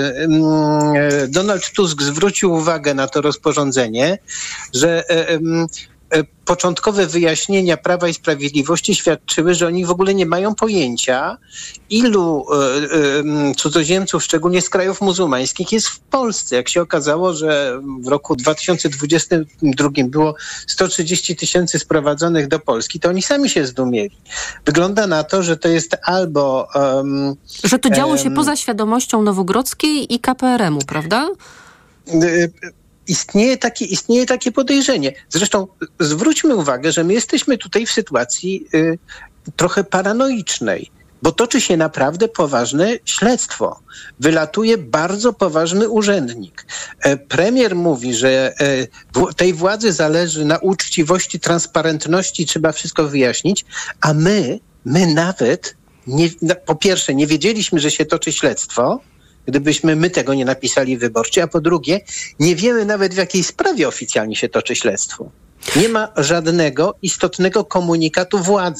um, Donald Tusk zwrócił uwagę na to rozporządzenie, że um, początkowe wyjaśnienia Prawa i Sprawiedliwości świadczyły, że oni w ogóle nie mają pojęcia, ilu y, y, cudzoziemców, szczególnie z krajów muzułmańskich, jest w Polsce. Jak się okazało, że w roku dwa tysiące dwudziestym drugim było sto trzydzieści tysięcy sprowadzonych do Polski, to oni sami się zdumieli. Wygląda na to, że to jest albo... Um, że to działo się um, poza świadomością Nowogrodzkiej i K P R M u, prawda? Y, Istnieje takie, istnieje takie podejrzenie. Zresztą zwróćmy uwagę, że my jesteśmy tutaj w sytuacji y, trochę paranoicznej, bo toczy się naprawdę poważne śledztwo. Wylatuje bardzo poważny urzędnik. E, premier mówi, że e, w, tej władzy zależy na uczciwości, transparentności, trzeba wszystko wyjaśnić, a my, my nawet, nie, na, po pierwsze, nie wiedzieliśmy, że się toczy śledztwo, gdybyśmy my tego nie napisali wyborczy, a po drugie, nie wiemy nawet w jakiej sprawie oficjalnie się toczy śledztwo. Nie ma żadnego istotnego komunikatu władzy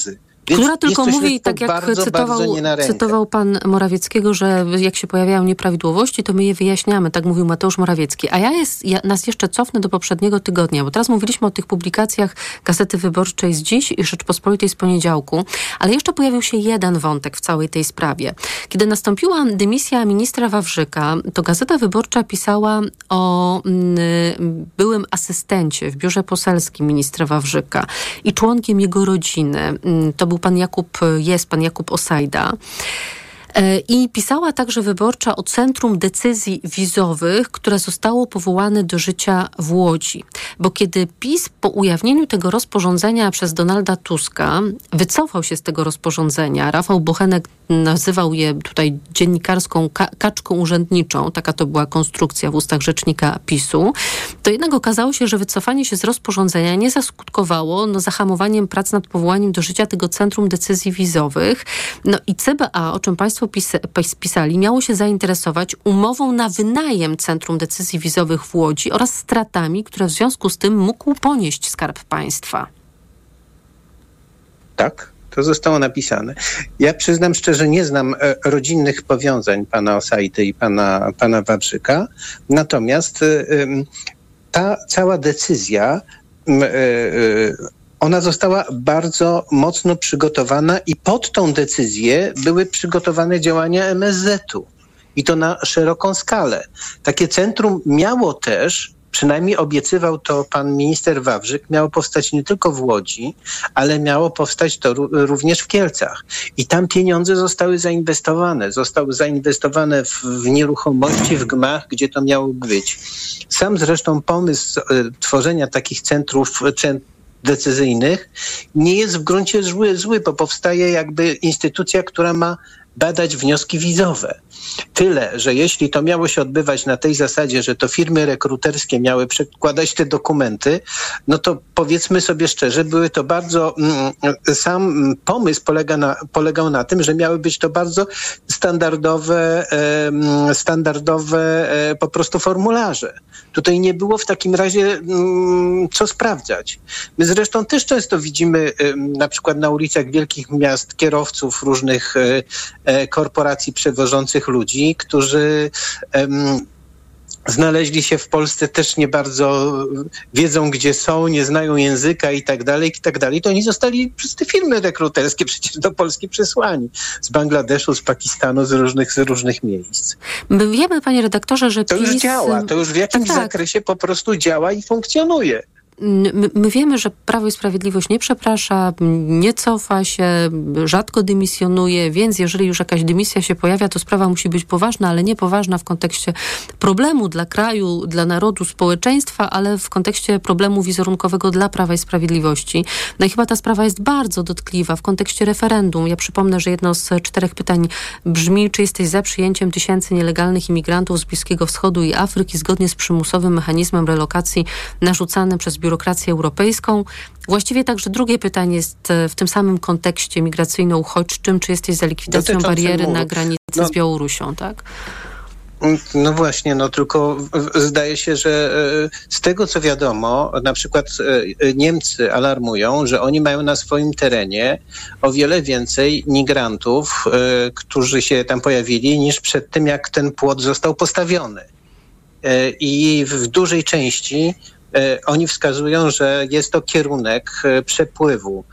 Więc która tylko mówi, tak jak bardzo, cytował, bardzo cytował pan Morawieckiego, że jak się pojawiają nieprawidłowości, to my je wyjaśniamy. Tak mówił Mateusz Morawiecki. A ja, jest, ja nas jeszcze cofnę do poprzedniego tygodnia, bo teraz mówiliśmy o tych publikacjach Gazety Wyborczej z dziś i Rzeczpospolitej z poniedziałku, ale jeszcze pojawił się jeden wątek w całej tej sprawie. Kiedy nastąpiła dymisja ministra Wawrzyka, to Gazeta Wyborcza pisała o mm, byłym asystencie w biurze poselskim ministra Wawrzyka i członkiem jego rodziny. To był pan Jakub, jest pan Jakub Osajda. I pisała także Wyborcza o Centrum Decyzji Wizowych, które zostało powołane do życia w Łodzi. Bo kiedy PiS po ujawnieniu tego rozporządzenia przez Donalda Tuska wycofał się z tego rozporządzenia, Rafał Bochenek nazywał je tutaj dziennikarską ka- kaczką urzędniczą, taka to była konstrukcja w ustach rzecznika PiSu, to jednak okazało się, że wycofanie się z rozporządzenia nie zaskutkowało no, zahamowaniem prac nad powołaniem do życia tego Centrum Decyzji Wizowych. No i C B A, o czym państwo pis- pisali, miało się zainteresować umową na wynajem Centrum Decyzji Wizowych w Łodzi oraz stratami, które w związku z tym mógł ponieść Skarb Państwa. Tak? To zostało napisane. Ja przyznam szczerze, nie znam e, rodzinnych powiązań pana Osajdy i pana, pana Wawrzyka, natomiast e, ta cała decyzja, e, e, ona została bardzo mocno przygotowana i pod tą decyzję były przygotowane działania M S Z-u i to na szeroką skalę. Takie centrum miało też, przynajmniej obiecywał to pan minister Wawrzyk, miało powstać nie tylko w Łodzi, ale miało powstać to również w Kielcach. I tam pieniądze zostały zainwestowane. Zostały zainwestowane w, w nieruchomości, w gmach, gdzie to miało być. Sam zresztą pomysł y, tworzenia takich centrów cent, decyzyjnych nie jest w gruncie zły, zły, bo powstaje jakby instytucja, która ma badać wnioski wizowe. Tyle, że jeśli to miało się odbywać na tej zasadzie, że to firmy rekruterskie miały przekładać te dokumenty, no to powiedzmy sobie szczerze, były to bardzo, mm, sam pomysł polega na, polegał na tym, że miały być to bardzo standardowe, e, standardowe e, po prostu formularze. Tutaj nie było w takim razie mm, co sprawdzać. My zresztą też często widzimy e, na przykład na ulicach wielkich miast kierowców różnych e, e, korporacji przewożących ludzi, którzy um, znaleźli się w Polsce, też nie bardzo wiedzą, gdzie są, nie znają języka i tak dalej, i tak dalej. To oni zostali przez te firmy rekruterskie przecież do Polski przesłani. Z Bangladeszu, z Pakistanu, z różnych, z różnych miejsc. My wiemy, panie redaktorze, że to PiS... już działa, to już w jakimś tak, tak. zakresie po prostu działa i funkcjonuje. My, my wiemy, że Prawo i Sprawiedliwość nie przeprasza, nie cofa się, rzadko dymisjonuje, więc jeżeli już jakaś dymisja się pojawia, to sprawa musi być poważna, ale nie poważna w kontekście problemu dla kraju, dla narodu, społeczeństwa, ale w kontekście problemu wizerunkowego dla Prawa i Sprawiedliwości. No i chyba ta sprawa jest bardzo dotkliwa w kontekście referendum. Ja przypomnę, że jedno z czterech pytań brzmi, czy jesteś za przyjęciem tysięcy nielegalnych imigrantów z Bliskiego Wschodu i Afryki zgodnie z przymusowym mechanizmem relokacji narzucanym przez biurokrację europejską. Właściwie także drugie pytanie jest w tym samym kontekście migracyjno-uchodźczym. Czy jesteś za likwidacją bariery na granicy no, z Białorusią, tak? No właśnie, no tylko zdaje się, że z tego co wiadomo, na przykład Niemcy alarmują, że oni mają na swoim terenie o wiele więcej migrantów, którzy się tam pojawili, niż przed tym, jak ten płot został postawiony. I w dużej części oni wskazują, że jest to kierunek przepływu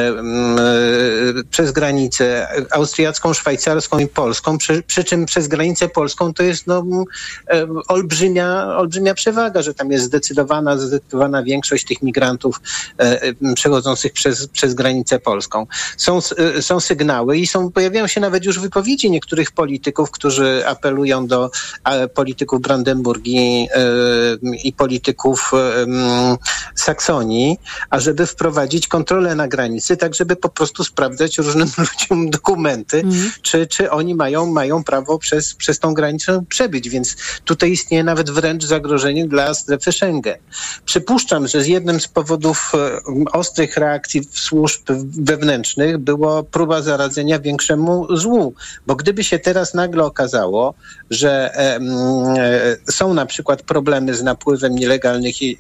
przez granicę austriacką, szwajcarską i polską, przy, przy czym przez granicę polską to jest no, olbrzymia, olbrzymia przewaga, że tam jest zdecydowana, zdecydowana większość tych migrantów przechodzących przez, przez granicę polską. Są, są sygnały i są, pojawiają się nawet już wypowiedzi niektórych polityków, którzy apelują do polityków Brandenburgii i polityków Saksonii, ażeby wprowadzić kontrolę na granicy, tak żeby po prostu sprawdzać różnym ludziom dokumenty, mm. czy, czy oni mają, mają prawo przez, przez tą granicę przebyć. Więc tutaj istnieje nawet wręcz zagrożenie dla strefy Schengen. Przypuszczam, że z jednym z powodów ostrych reakcji służb wewnętrznych było próba zaradzenia większemu złu. Bo gdyby się teraz nagle okazało, że e, e, są na przykład problemy z napływem nielegalnych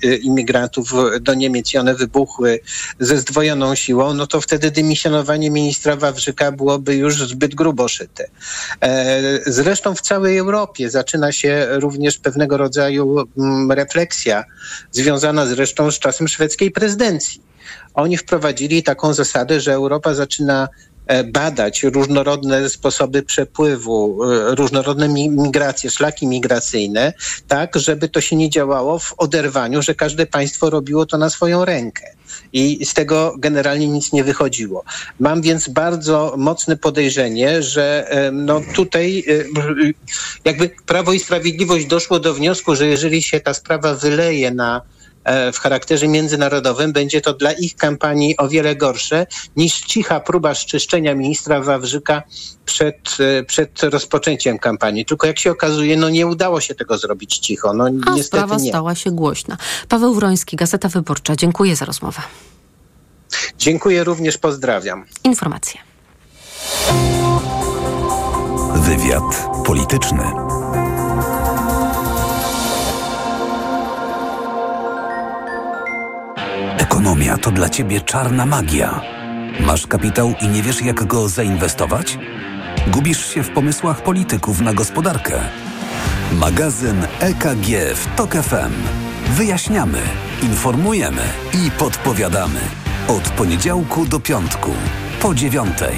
imigrantów do Niemiec i one wybuchły ze zdwojoną siłą, no to wtedy dymisjonowanie ministra Wawrzyka byłoby już zbyt grubo szyte. Zresztą w całej Europie zaczyna się również pewnego rodzaju refleksja związana zresztą z czasem szwedzkiej prezydencji. Oni wprowadzili taką zasadę, że Europa zaczyna badać różnorodne sposoby przepływu, różnorodne migracje, szlaki migracyjne, tak, żeby to się nie działało w oderwaniu, że każde państwo robiło to na swoją rękę. I z tego generalnie nic nie wychodziło. Mam więc bardzo mocne podejrzenie, że no tutaj jakby Prawo i Sprawiedliwość doszło do wniosku, że jeżeli się ta sprawa wyleje na w charakterze międzynarodowym, będzie to dla ich kampanii o wiele gorsze niż cicha próba szczyszczenia ministra Wawrzyka przed, przed rozpoczęciem kampanii. Tylko jak się okazuje, no nie udało się tego zrobić cicho. No, A niestety sprawa nie. stała się głośna. Paweł Wroński, Gazeta Wyborcza. Dziękuję za rozmowę. Dziękuję również, pozdrawiam. Informacje. Wywiad polityczny. Ekonomia to dla ciebie czarna magia. Masz kapitał i nie wiesz, jak go zainwestować? Gubisz się w pomysłach polityków na gospodarkę? Magazyn E K G w TOK F M. Wyjaśniamy, informujemy i podpowiadamy. Od poniedziałku do piątku, po dziewiątej.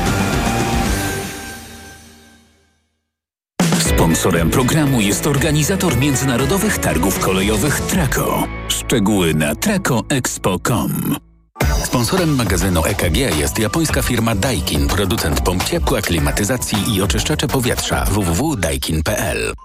Sponsorem programu jest organizator międzynarodowych targów kolejowych Traco. Szczegóły na traco expo kropka com. Sponsorem magazynu E K G jest japońska firma Daikin, producent pomp ciepła, klimatyzacji i oczyszczacze powietrza. w w w kropka daikin kropka p l.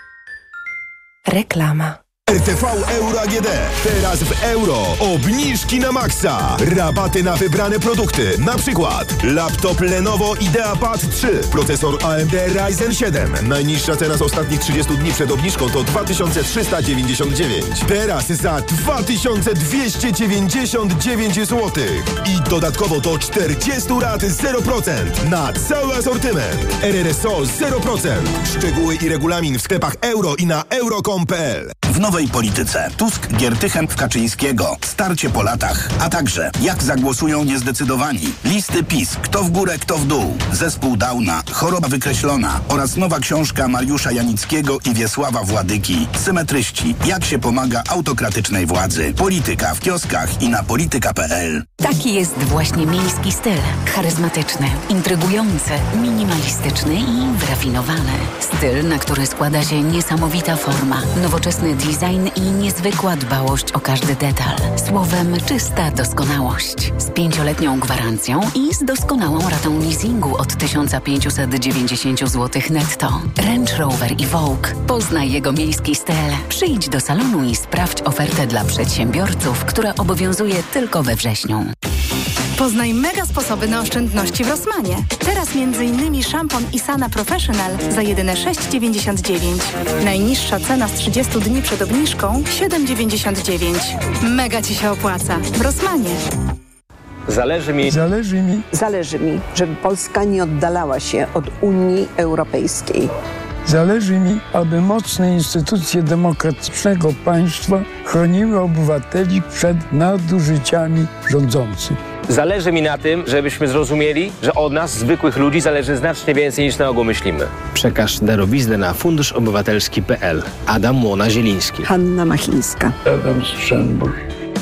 Reklama. R T V Euro A G D. Teraz w euro. Obniżki na maksa. Rabaty na wybrane produkty. Na przykład laptop Lenovo IdeaPad trzy. Procesor A M D Ryzen siedem. Najniższa cena z ostatnich trzydziestu dni przed obniżką to dwa tysiące trzysta dziewięćdziesiąt dziewięć. Teraz za dwa tysiące dwieście dziewięćdziesiąt dziewięć złotych. I dodatkowo do czterdzieści lat zero procent. Na cały asortyment. R R S O zero procent. Szczegóły i regulamin w sklepach euro i na euro kropka com kropka p l. W nowej polityce Tusk, Giertychen w Kaczyńskiego, starcie po latach, a także jak zagłosują niezdecydowani, listy PiS, kto w górę, kto w dół, zespół Downa, choroba wykreślona oraz nowa książka Mariusza Janickiego i Wiesława Władyki, Symetryści, jak się pomaga autokratycznej władzy. Polityka w kioskach i na polityka kropka p l. Taki jest właśnie miejski styl. Charyzmatyczny, intrygujący, minimalistyczny i wyrafinowany. Styl, na który składa się niesamowita forma, nowoczesny design i niezwykła dbałość o każdy detal. Słowem, czysta doskonałość. Z pięcioletnią gwarancją i z doskonałą ratą leasingu od tysiąc pięćset dziewięćdziesiąt złotych netto. Range Rover i Vogue. Poznaj jego miejski styl. Przyjdź do salonu i sprawdź ofertę dla przedsiębiorców, która obowiązuje tylko we wrześniu. Poznaj mega sposoby na oszczędności w Rossmanie. Teraz między innymi szampon Isana Professional za jedyne sześć dziewięćdziesiąt dziewięć. Najniższa cena z trzydziestu dni przed obniżką siedem dziewięćdziesiąt dziewięć. Mega Ci się opłaca. W Rossmanie. Zależy mi... Zależy mi... Zależy mi, żeby Polska nie oddalała się od Unii Europejskiej. Zależy mi, aby mocne instytucje demokratycznego państwa chroniły obywateli przed nadużyciami rządzących. Zależy mi na tym, żebyśmy zrozumieli, że od nas, zwykłych ludzi, zależy znacznie więcej niż na ogół myślimy. Przekaż darowiznę na fundusz obywatelski kropka p l. Adam Młona-Zieliński. Hanna Machińska. Adam Strzembusz.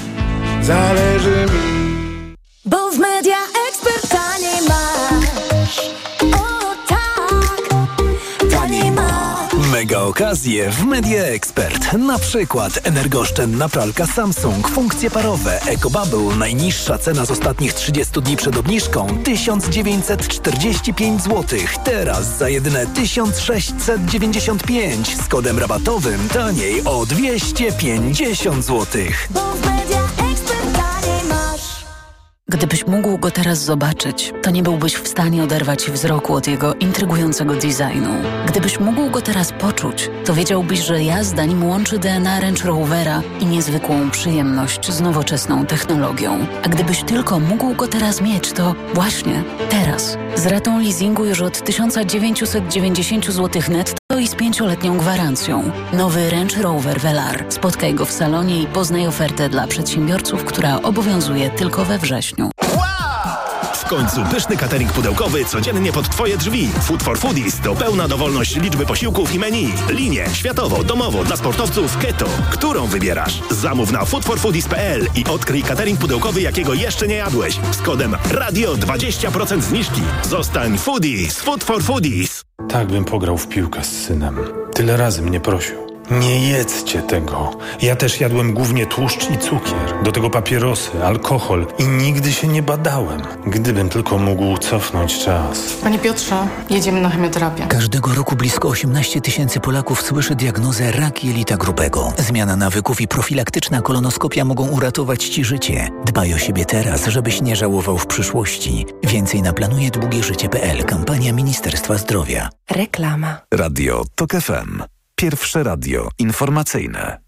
Zależy mi. Bo w Media Expert taniej masz. O tak, taniej masz. Mega okazje w Media Expert. Na przykład energooszczędna pralka Samsung, funkcje parowe, EcoBubble, najniższa cena z ostatnich trzydziestu dni przed obniżką tysiąc dziewięćset czterdzieści pięć złotych. Teraz za jedyne tysiąc sześćset dziewięćdziesiąt pięć z kodem rabatowym taniej o dwieście pięćdziesiąt złotych. Bo w Media Expert taniej masz. Gdybyś mógł go teraz zobaczyć, to nie byłbyś w stanie oderwać wzroku od jego intrygującego designu. Gdybyś mógł go teraz poczuć, to wiedziałbyś, że jazda nim łączy D N A Range Rovera i niezwykłą przyjemność z nowoczesną technologią. A gdybyś tylko mógł go teraz mieć, to właśnie teraz, z ratą leasingu już od tysiąc dziewięćset dziewięćdziesiąt złotych netto i z pięcioletnią gwarancją. Nowy Range Rover Velar. Spotkaj go w salonie i poznaj ofertę dla przedsiębiorców, która obowiązuje tylko we wrześniu. W końcu pyszny catering pudełkowy codziennie pod Twoje drzwi. Food for Foodies to pełna dowolność liczby posiłków i menu. Linie światowo, domowo, dla sportowców keto. Którą wybierasz? Zamów na food for foodies kropka p l i odkryj catering pudełkowy, jakiego jeszcze nie jadłeś. Z kodem radio dwadzieścia procent zniżki. Zostań foodies. Food for Foodies. Tak bym pograł w piłkę z synem. Tyle razy mnie prosił. Nie jedzcie tego. Ja też jadłem głównie tłuszcz i cukier. Do tego papierosy, alkohol i nigdy się nie badałem. Gdybym tylko mógł cofnąć czas. Panie Piotrze, jedziemy na chemioterapię. Każdego roku blisko osiemnaście tysięcy Polaków słyszy diagnozę rak jelita grubego. Zmiana nawyków i profilaktyczna kolonoskopia mogą uratować Ci życie. Dbaj o siebie teraz, żebyś nie żałował w przyszłości. Więcej na planuje długie życie kropka p l. Kampania Ministerstwa Zdrowia. Reklama. Radio TOK F M. Pierwsze radio informacyjne.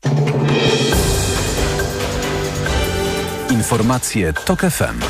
Informacje TOK F M.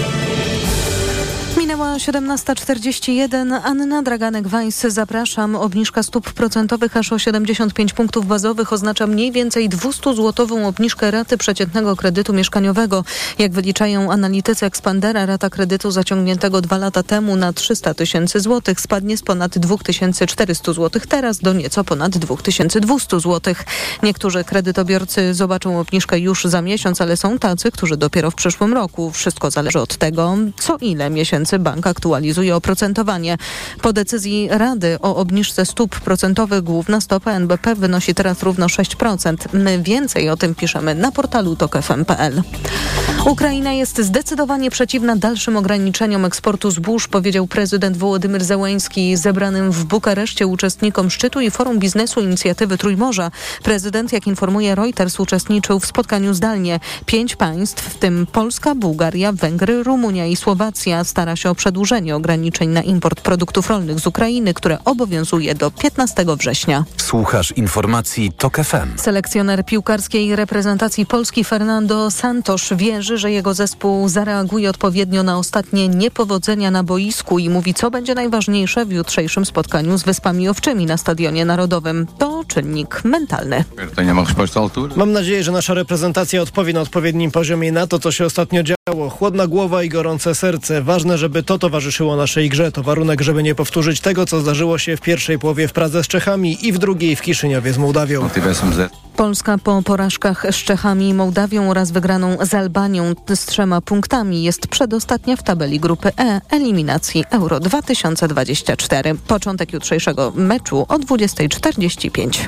Minęła siedemnasta czterdzieści jeden. Anna Draganek-Weiss, zapraszam. Obniżka stóp procentowych aż o siedemdziesiąt pięć punktów bazowych oznacza mniej więcej dwieście-złotową obniżkę raty przeciętnego kredytu mieszkaniowego. Jak wyliczają analitycy Expandera, rata kredytu zaciągniętego dwa lata temu na trzysta tysięcy złotych spadnie z ponad dwa tysiące czterysta złotych teraz do nieco ponad dwa tysiące dwieście złotych. Niektórzy kredytobiorcy zobaczą obniżkę już za miesiąc, ale są tacy, którzy dopiero w przyszłym roku. Wszystko zależy od tego, co ile miesięcy bank aktualizuje oprocentowanie. Po decyzji Rady o obniżce stóp procentowych główna stopa N B P wynosi teraz równo sześć procent. My więcej o tym piszemy na portalu tok f m kropka p l. Ukraina jest zdecydowanie przeciwna dalszym ograniczeniom eksportu zbóż, powiedział prezydent Wołodymyr Zełenski zebranym w Bukareszcie uczestnikom szczytu i forum biznesu inicjatywy Trójmorza. Prezydent, jak informuje Reuters, uczestniczył w spotkaniu zdalnie. Pięć państw, w tym Polska, Bułgaria, Węgry, Rumunia i Słowacja, stara się o przedłużenie ograniczeń na import produktów rolnych z Ukrainy, które obowiązuje do piętnastego września. Słuchasz informacji TOK F M. Selekcjoner piłkarskiej reprezentacji Polski Fernando Santos wierzy, że jego zespół zareaguje odpowiednio na ostatnie niepowodzenia na boisku i mówi, co będzie najważniejsze w jutrzejszym spotkaniu z Wyspami Owczymi na Stadionie Narodowym. To czynnik mentalny. Mam nadzieję, że nasza reprezentacja odpowie na odpowiednim poziomie na to, co się ostatnio działo. Chłodna głowa i gorące serce. Ważne, żeby to towarzyszyło naszej grze. To warunek, żeby nie powtórzyć tego, co zdarzyło się w pierwszej połowie w Pradze z Czechami i w drugiej w Kiszyniowie z Mołdawią. Polska po porażkach z Czechami i Mołdawią oraz wygraną z Albanią z trzema punktami jest przedostatnia w tabeli grupy E eliminacji Euro dwa tysiące dwadzieścia cztery. Początek jutrzejszego meczu o dwudziesta czterdzieści pięć.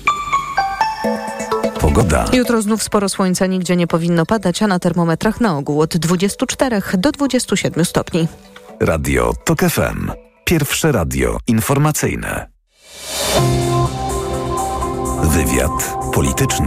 Pogoda. Jutro znów sporo słońca, nigdzie nie powinno padać, a na termometrach na ogół od dwudziestu czterech do dwudziestu siedmiu stopni. Radio TOK F M. Pierwsze radio informacyjne. Wywiad polityczny.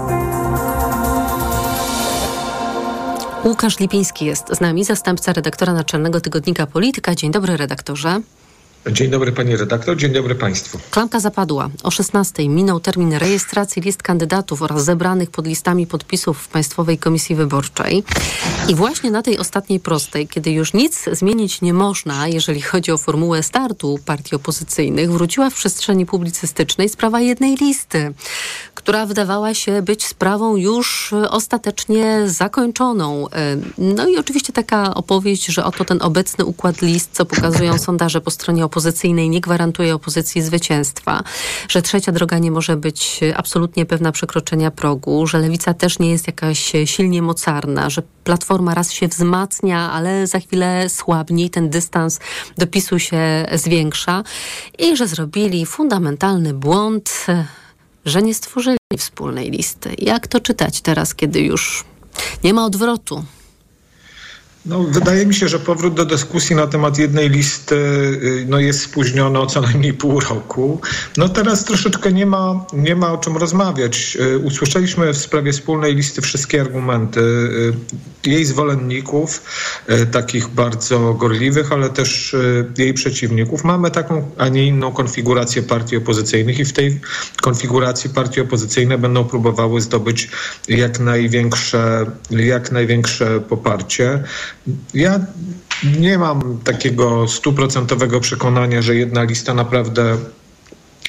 Łukasz Lipiński jest z nami, zastępca redaktora naczelnego tygodnika Polityka. Dzień dobry, redaktorze. Dzień dobry pani redaktor, dzień dobry państwu. Klamka zapadła. O szesnastej minął termin rejestracji list kandydatów oraz zebranych pod listami podpisów w Państwowej Komisji Wyborczej. I właśnie na tej ostatniej prostej, kiedy już nic zmienić nie można, jeżeli chodzi o formułę startu partii opozycyjnych, wróciła w przestrzeni publicystycznej sprawa jednej listy, która wydawała się być sprawą już ostatecznie zakończoną. No i oczywiście taka opowieść, że oto ten obecny układ list, co pokazują sondaże po stronie opozycyjnej, nie gwarantuje opozycji zwycięstwa, że Trzecia Droga nie może być absolutnie pewna przekroczenia progu, że Lewica też nie jest jakaś silnie mocarna, że Platforma raz się wzmacnia, ale za chwilę słabnie, ten dystans do PiSu się zwiększa i że zrobili fundamentalny błąd, że nie stworzyli wspólnej listy. Jak to czytać teraz, kiedy już nie ma odwrotu? No, wydaje mi się, że powrót do dyskusji na temat jednej listy no, jest spóźniony o co najmniej pół roku. No teraz troszeczkę nie ma, nie ma o czym rozmawiać. Usłyszeliśmy w sprawie wspólnej listy wszystkie argumenty jej zwolenników, takich bardzo gorliwych, ale też jej przeciwników. Mamy taką, a nie inną konfigurację partii opozycyjnych i w tej konfiguracji partie opozycyjne będą próbowały zdobyć jak największe, jak największe poparcie. Ja nie mam takiego stuprocentowego przekonania, że jedna lista naprawdę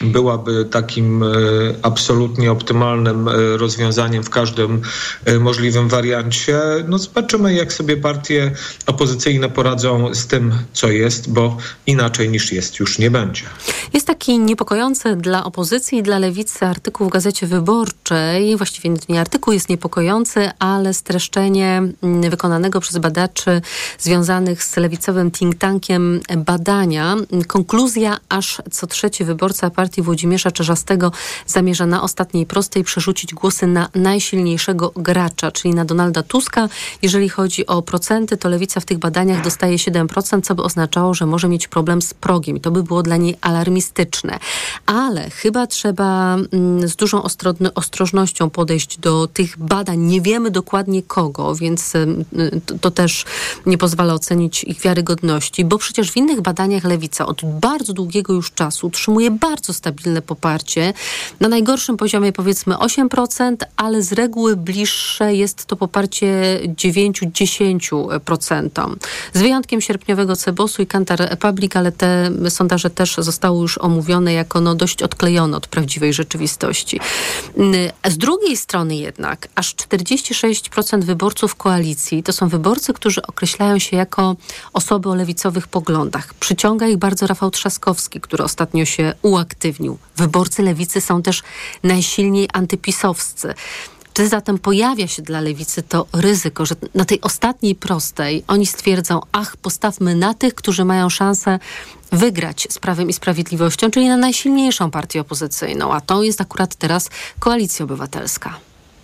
byłaby takim absolutnie optymalnym rozwiązaniem w każdym możliwym wariancie. No zobaczymy, jak sobie partie opozycyjne poradzą z tym, co jest, bo inaczej niż jest już nie będzie. Jest taki niepokojący dla opozycji i dla lewicy artykuł w Gazecie Wyborczej. Właściwie nie artykuł jest niepokojący, ale streszczenie wykonanego przez badaczy związanych z lewicowym think tankiem badania. Konkluzja: aż co trzeci wyborca partii Włodzimierza Czarzastego zamierza na ostatniej prostej przerzucić głosy na najsilniejszego gracza, czyli na Donalda Tuska. Jeżeli chodzi o procenty, to lewica w tych badaniach dostaje siedem procent, co by oznaczało, że może mieć problem z progiem. I to by było dla niej alarmistyczne. Ale chyba trzeba mm, z dużą ostro- ostrożnością podejść do tych badań. Nie wiemy dokładnie kogo, więc y, to, to też nie pozwala ocenić ich wiarygodności, bo przecież w innych badaniach lewica od bardzo długiego już czasu utrzymuje bardzo stabilne poparcie. Na najgorszym poziomie powiedzmy osiem procent, ale z reguły bliższe jest to poparcie dziewięć do dziesięciu procent. Z wyjątkiem sierpniowego Cebosu i Kantar Public, ale te sondaże też zostały już omówione jako no, dość odklejone od prawdziwej rzeczywistości. Z drugiej strony jednak aż czterdzieści sześć procent wyborców koalicji to są wyborcy, którzy określają się jako osoby o lewicowych poglądach. Przyciąga ich bardzo Rafał Trzaskowski, który ostatnio się uaktywnił. Wyborcy lewicy są też najsilniej antypisowscy. Czy zatem pojawia się dla lewicy to ryzyko, że na tej ostatniej prostej oni stwierdzą: ach, postawmy na tych, którzy mają szansę wygrać z Prawem i Sprawiedliwością, czyli na najsilniejszą partię opozycyjną, a to jest akurat teraz Koalicja Obywatelska.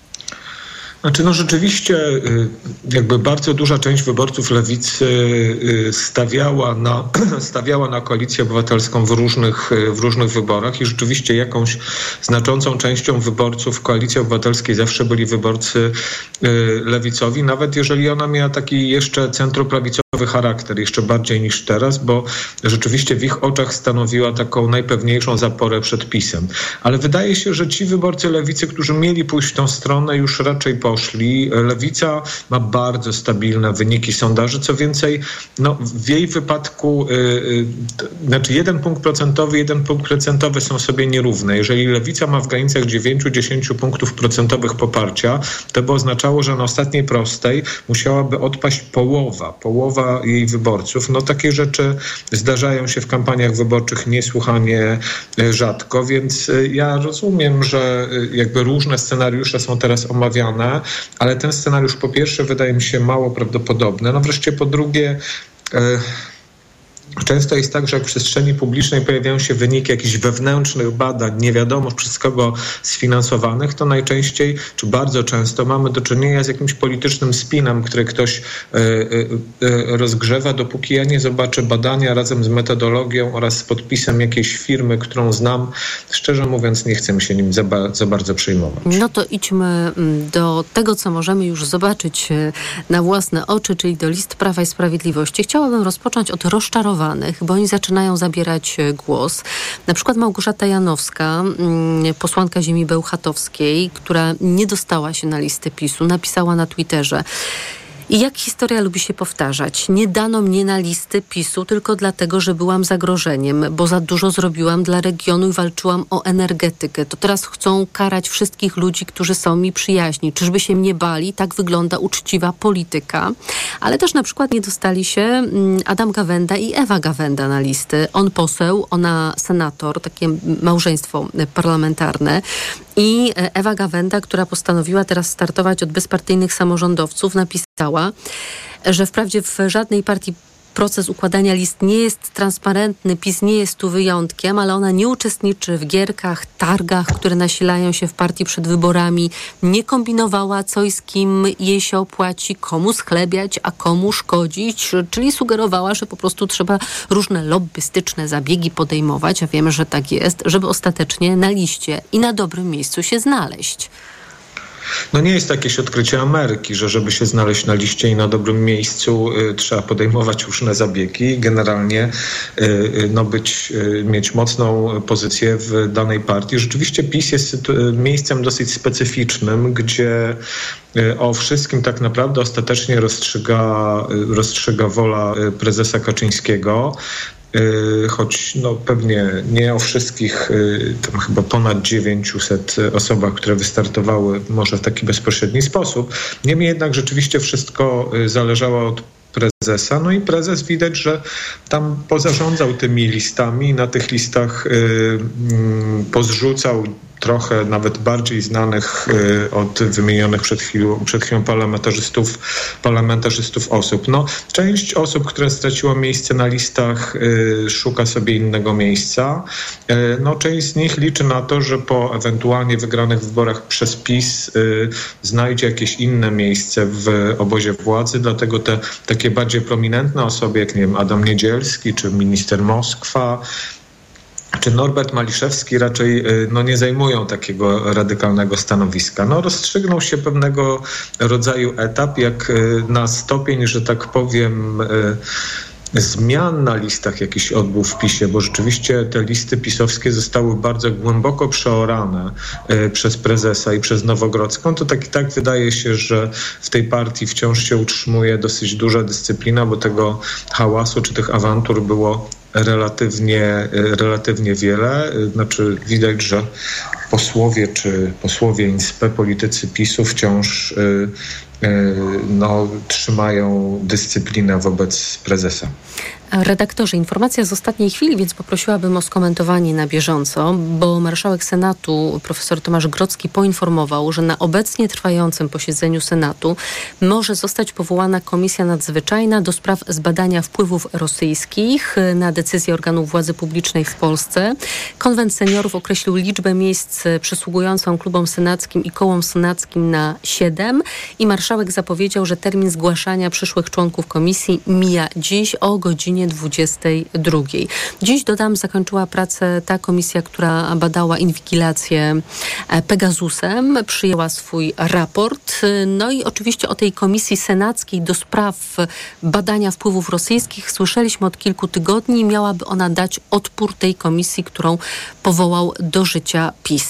Znaczy, no rzeczywiście jakby bardzo duża część wyborców lewicy stawiała na, stawiała na Koalicję Obywatelską w różnych, w różnych wyborach i rzeczywiście jakąś znaczącą częścią wyborców Koalicji Obywatelskiej zawsze byli wyborcy lewicowi, nawet jeżeli ona miała taki jeszcze centroprawicowy charakter, jeszcze bardziej niż teraz, bo rzeczywiście w ich oczach stanowiła taką najpewniejszą zaporę przed PiS-em. Ale wydaje się, że ci wyborcy lewicy, którzy mieli pójść w tą stronę, już raczej poszli. Lewica ma bardzo stabilne wyniki sondaży. Co więcej, no, w jej wypadku, yy, yy, znaczy jeden punkt procentowy, jeden punkt procentowy są sobie nierówne. Jeżeli lewica ma w granicach dziewięć do dziesięciu punktów procentowych poparcia, to by oznaczało, że na ostatniej prostej musiałaby odpaść połowa, połowa jej wyborców. No takie rzeczy zdarzają się w kampaniach wyborczych niesłychanie rzadko, więc ja rozumiem, że jakby różne scenariusze są teraz omawiane, ale ten scenariusz po pierwsze wydaje mi się mało prawdopodobny. No wreszcie po drugie często jest tak, że jak w przestrzeni publicznej pojawiają się wyniki jakichś wewnętrznych badań, nie wiadomo przez kogo sfinansowanych, to najczęściej, czy bardzo często mamy do czynienia z jakimś politycznym spinem, który ktoś y, y, y, rozgrzewa, dopóki ja nie zobaczę badania razem z metodologią oraz z podpisem jakiejś firmy, którą znam. Szczerze mówiąc, nie chcę mi się nim za, ba- za bardzo przejmować. No to idźmy do tego, co możemy już zobaczyć na własne oczy, czyli do list Prawa i Sprawiedliwości. Chciałabym rozpocząć od rozczarowania, bo oni zaczynają zabierać głos. Na przykład Małgorzata Janowska, posłanka ziemi bełchatowskiej, która nie dostała się na listę PiS-u, napisała na Twitterze: i jak historia lubi się powtarzać, nie dano mnie na listy PiS-u tylko dlatego, że byłam zagrożeniem, bo za dużo zrobiłam dla regionu i walczyłam o energetykę. To teraz chcą karać wszystkich ludzi, którzy są mi przyjaźni. Czyżby się mnie bali? Tak wygląda uczciwa polityka. Ale też na przykład nie dostali się Adam Gawęda i Ewa Gawęda na listy. On poseł, ona senator, takie małżeństwo parlamentarne. I Ewa Gawęda, która postanowiła teraz startować od bezpartyjnych samorządowców, napisała, że wprawdzie w żadnej partii proces układania list nie jest transparentny, PiS nie jest tu wyjątkiem, ale ona nie uczestniczy w gierkach, targach, które nasilają się w partii przed wyborami, nie kombinowała, co i z kim jej się opłaci, komu schlebiać, a komu szkodzić, czyli sugerowała, że po prostu trzeba różne lobbystyczne zabiegi podejmować, a wiemy, że tak jest, żeby ostatecznie na liście i na dobrym miejscu się znaleźć. No nie jest to jakieś odkrycie Ameryki, że żeby się znaleźć na liście i na dobrym miejscu y, trzeba podejmować różne zabiegi. Generalnie y, y, no być, y, mieć mocną pozycję w danej partii. Rzeczywiście PiS jest y, miejscem dosyć specyficznym, gdzie y, o wszystkim tak naprawdę ostatecznie rozstrzyga, y, rozstrzyga wola y, prezesa Kaczyńskiego. choć no, pewnie nie o wszystkich, tam chyba ponad dziewięćset osobach, które wystartowały może w taki bezpośredni sposób. Niemniej jednak rzeczywiście wszystko zależało od prezesa. No i prezes widać, że tam pozarządzał tymi listami, na tych listach y, y, pozrzucał trochę nawet bardziej znanych y, od wymienionych przed chwilą, przed chwilą parlamentarzystów, parlamentarzystów osób. No, część osób, które straciło miejsce na listach, y, szuka sobie innego miejsca. Y, no, część z nich liczy na to, że po ewentualnie wygranych wyborach przez PiS y, znajdzie jakieś inne miejsce w obozie władzy, dlatego te takie bardziej prominentne osoby, jak nie wiem, Adam Niedzielski czy minister Moskwa, czy Norbert Maliszewski raczej no, nie zajmują takiego radykalnego stanowiska. No, rozstrzygnął się pewnego rodzaju etap, jak na stopień, że tak powiem, zmian na listach jakiś odbył w PiSie, bo rzeczywiście te listy pisowskie zostały bardzo głęboko przeorane y, przez prezesa i przez Nowogrodzką. To tak i tak wydaje się, że w tej partii wciąż się utrzymuje dosyć duża dyscyplina, bo tego hałasu czy tych awantur było relatywnie, relatywnie wiele. Znaczy widać, że posłowie czy posłowie inspe, politycy PiSu wciąż y, y, no, trzymają dyscyplinę wobec prezesa. Redaktorze, informacja z ostatniej chwili, więc poprosiłabym o skomentowanie na bieżąco, bo marszałek Senatu profesor Tomasz Grodzki poinformował, że na obecnie trwającym posiedzeniu Senatu może zostać powołana Komisja Nadzwyczajna do spraw zbadania wpływów rosyjskich na decyzje organów władzy publicznej w Polsce. Konwent Seniorów określił liczbę miejsc przysługującą klubom senackim i kołom senackim na siedem i marszałek zapowiedział, że termin zgłaszania przyszłych członków komisji mija dziś o godzinie dwudziestej drugiej. Dziś, dodam, zakończyła pracę ta komisja, która badała inwigilację Pegasusem, przyjęła swój raport. No i oczywiście o tej komisji senackiej do spraw badania wpływów rosyjskich słyszeliśmy od kilku tygodni. Miałaby ona dać odpór tej komisji, którą powołał do życia PiS.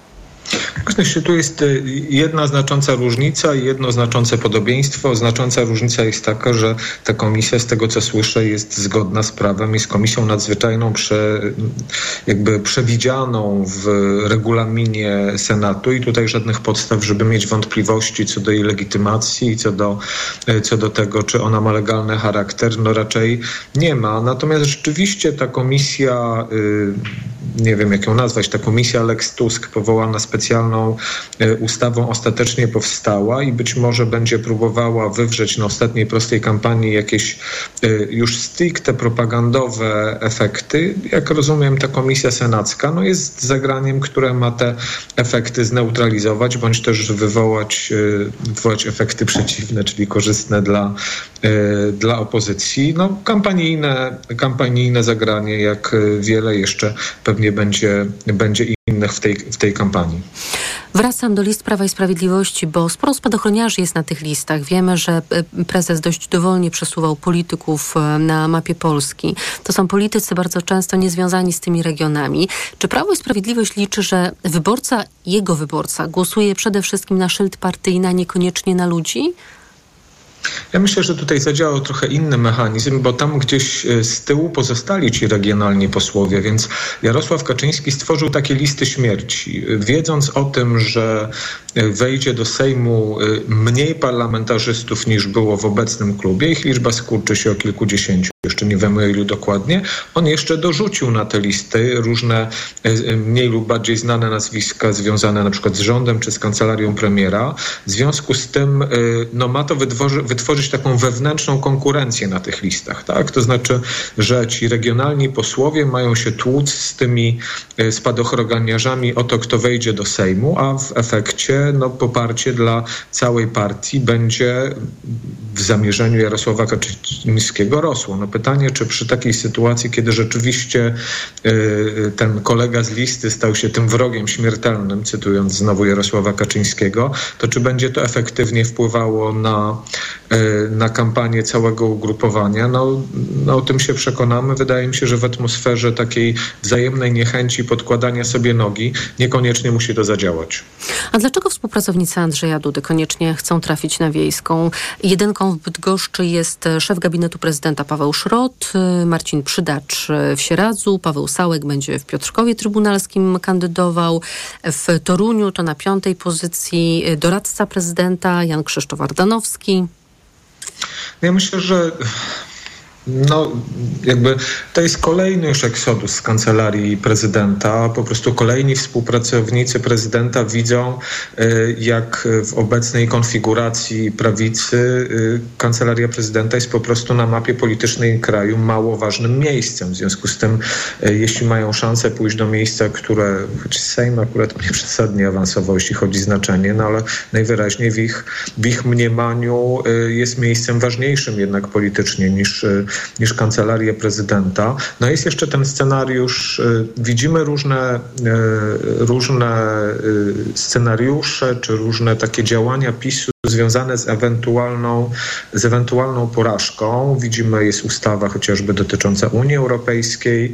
Myślę, tu jest jedna znacząca różnica i jedno znaczące podobieństwo. Znacząca różnica jest taka, że ta komisja, z tego co słyszę, jest zgodna z prawem, jest komisją nadzwyczajną prze, jakby przewidzianą w regulaminie Senatu i tutaj żadnych podstaw, żeby mieć wątpliwości co do jej legitymacji, co do, co do tego, czy ona ma legalny charakter, no raczej nie ma. Natomiast rzeczywiście ta komisja, nie wiem jak ją nazwać, ta komisja Lex Tusk powołana specjalną ustawą ostatecznie powstała i być może będzie próbowała wywrzeć na ostatniej prostej kampanii jakieś już stricte propagandowe efekty. Jak rozumiem, ta komisja senacka no jest zagraniem, które ma te efekty zneutralizować, bądź też wywołać, wywołać efekty przeciwne, czyli korzystne dla, dla opozycji. No, kampanijne, kampanijne zagranie, jak wiele jeszcze pewnie będzie, będzie innych w tej, w tej kampanii. Wracam do list Prawa i Sprawiedliwości, bo sporo spadochroniarzy jest na tych listach. Wiemy, że prezes dość dowolnie przesuwał polityków na mapie Polski. To są politycy bardzo często niezwiązani z tymi regionami. Czy Prawo i Sprawiedliwość liczy, że wyborca, jego wyborca głosuje przede wszystkim na szyld partyjny, a niekoniecznie na ludzi? Ja myślę, że tutaj zadziałał trochę inny mechanizm, bo tam gdzieś z tyłu pozostali ci regionalni posłowie, więc Jarosław Kaczyński stworzył takie listy śmierci, wiedząc o tym, że wejdzie do Sejmu mniej parlamentarzystów niż było w obecnym klubie, ich liczba skurczy się o kilkudziesięciu, jeszcze nie wiemy o ilu dokładnie, on jeszcze dorzucił na te listy różne mniej lub bardziej znane nazwiska związane na przykład z rządem czy z kancelarią premiera. W związku z tym no, ma to wytworzy, wytworzyć taką wewnętrzną konkurencję na tych listach. Tak? To znaczy, że ci regionalni posłowie mają się tłuc z tymi spadochroniarzami o to, kto wejdzie do Sejmu, a w efekcie no, poparcie dla całej partii będzie w zamierzeniu Jarosława Kaczyńskiego rosło. No, pytanie, czy przy takiej sytuacji, kiedy rzeczywiście y, ten kolega z listy stał się tym wrogiem śmiertelnym, cytując znowu Jarosława Kaczyńskiego, to czy będzie to efektywnie wpływało na na kampanię całego ugrupowania. No, no o tym się przekonamy. Wydaje mi się, że w atmosferze takiej wzajemnej niechęci podkładania sobie nogi niekoniecznie musi to zadziałać. A dlaczego współpracownicy Andrzeja Dudy koniecznie chcą trafić na Wiejską? Jedynką w Bydgoszczy jest szef gabinetu prezydenta Paweł Szrot, Marcin Przydacz w Sieradzu, Paweł Sałek będzie w Piotrkowie Trybunalskim kandydował, w Toruniu to na piątej pozycji doradca prezydenta Jan Krzysztof Ardanowski. Ja myślę, że no jakby to jest kolejny już eksodus z kancelarii prezydenta. Po prostu kolejni współpracownicy prezydenta widzą, jak w obecnej konfiguracji prawicy kancelaria prezydenta jest po prostu na mapie politycznej kraju mało ważnym miejscem. W związku z tym, jeśli mają szansę pójść do miejsca, które, choć Sejm akurat mnie przesadnie awansował, jeśli chodzi o znaczenie, no ale najwyraźniej w ich, w ich mniemaniu jest miejscem ważniejszym jednak politycznie niż niż kancelaria prezydenta. No jest jeszcze ten scenariusz, widzimy różne, różne scenariusze, czy różne takie działania PiSu związane z ewentualną, z ewentualną porażką. Widzimy, jest ustawa chociażby dotycząca Unii Europejskiej.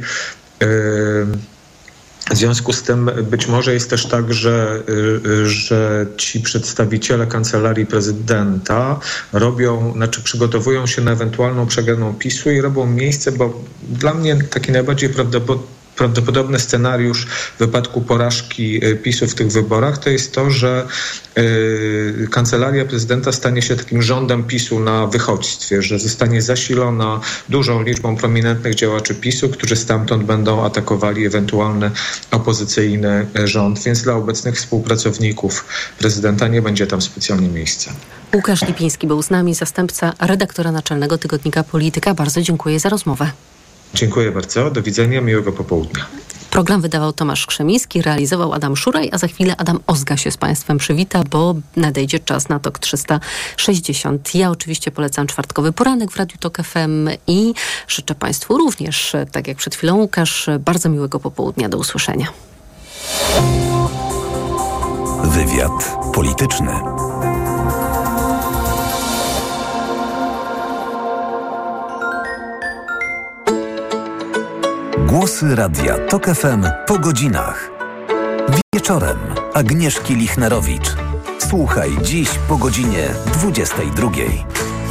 W związku z tym być może jest też tak, że, że ci przedstawiciele kancelarii prezydenta robią, znaczy przygotowują się na ewentualną przegraną PiSu i robią miejsce, bo dla mnie taki najbardziej prawdopodobny Prawdopodobny scenariusz w wypadku porażki PiSu w tych wyborach to jest to, że yy, kancelaria prezydenta stanie się takim rządem PiSu na wychodźstwie, że zostanie zasilona dużą liczbą prominentnych działaczy PiSu, którzy stamtąd będą atakowali ewentualny opozycyjny rząd, więc dla obecnych współpracowników prezydenta nie będzie tam specjalnie miejsca. Łukasz Lipiński był z nami, zastępca redaktora naczelnego tygodnika Polityka. Bardzo dziękuję za rozmowę. Dziękuję bardzo. Do widzenia. Miłego popołudnia. Program wydawał Tomasz Krzemiński, realizował Adam Szuraj, a za chwilę Adam Ozga się z Państwem przywita, bo nadejdzie czas na Tok trzysta sześćdziesiąt. Ja oczywiście polecam czwartkowy poranek w Radiu Tok F M i życzę Państwu również, tak jak przed chwilą Łukasz, bardzo miłego popołudnia. Do usłyszenia. Wywiad polityczny. Głosy Radia Tok F M po godzinach. Wieczorem Agnieszki Lichnerowicz. Słuchaj dziś po godzinie dwudziestej drugiej.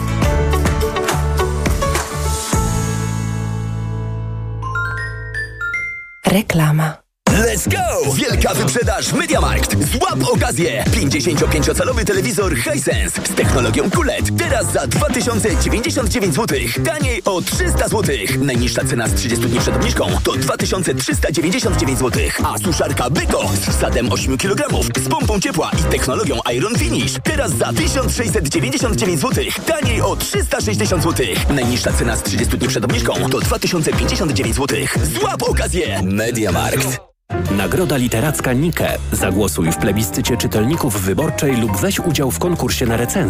Reklama. Let's go! Wielka wyprzedaż MediaMarkt. Złap okazję! pięćdziesięciopięciocalowy telewizor Hisense z technologią Q L E D. Teraz za dwa tysiące dziewięćdziesiąt dziewięć złotych. Taniej o trzysta złotych. Najniższa cena z trzydziestu dni przed obniżką to dwa tysiące trzysta dziewięćdziesiąt dziewięć złotych. A suszarka Beko z wsadem osiem kilogramów, z pompą ciepła i technologią Iron Finish. Teraz za tysiąc sześćset dziewięćdziesiąt dziewięć złotych. Taniej o trzysta sześćdziesiąt złotych. Najniższa cena z trzydziestu dni przed obniżką to dwa tysiące pięćdziesiąt dziewięć złotych. Złap okazję! MediaMarkt. Nagroda Literacka Nike. Zagłosuj w plebiscycie czytelników wyborczej lub weź udział w konkursie na recenzję.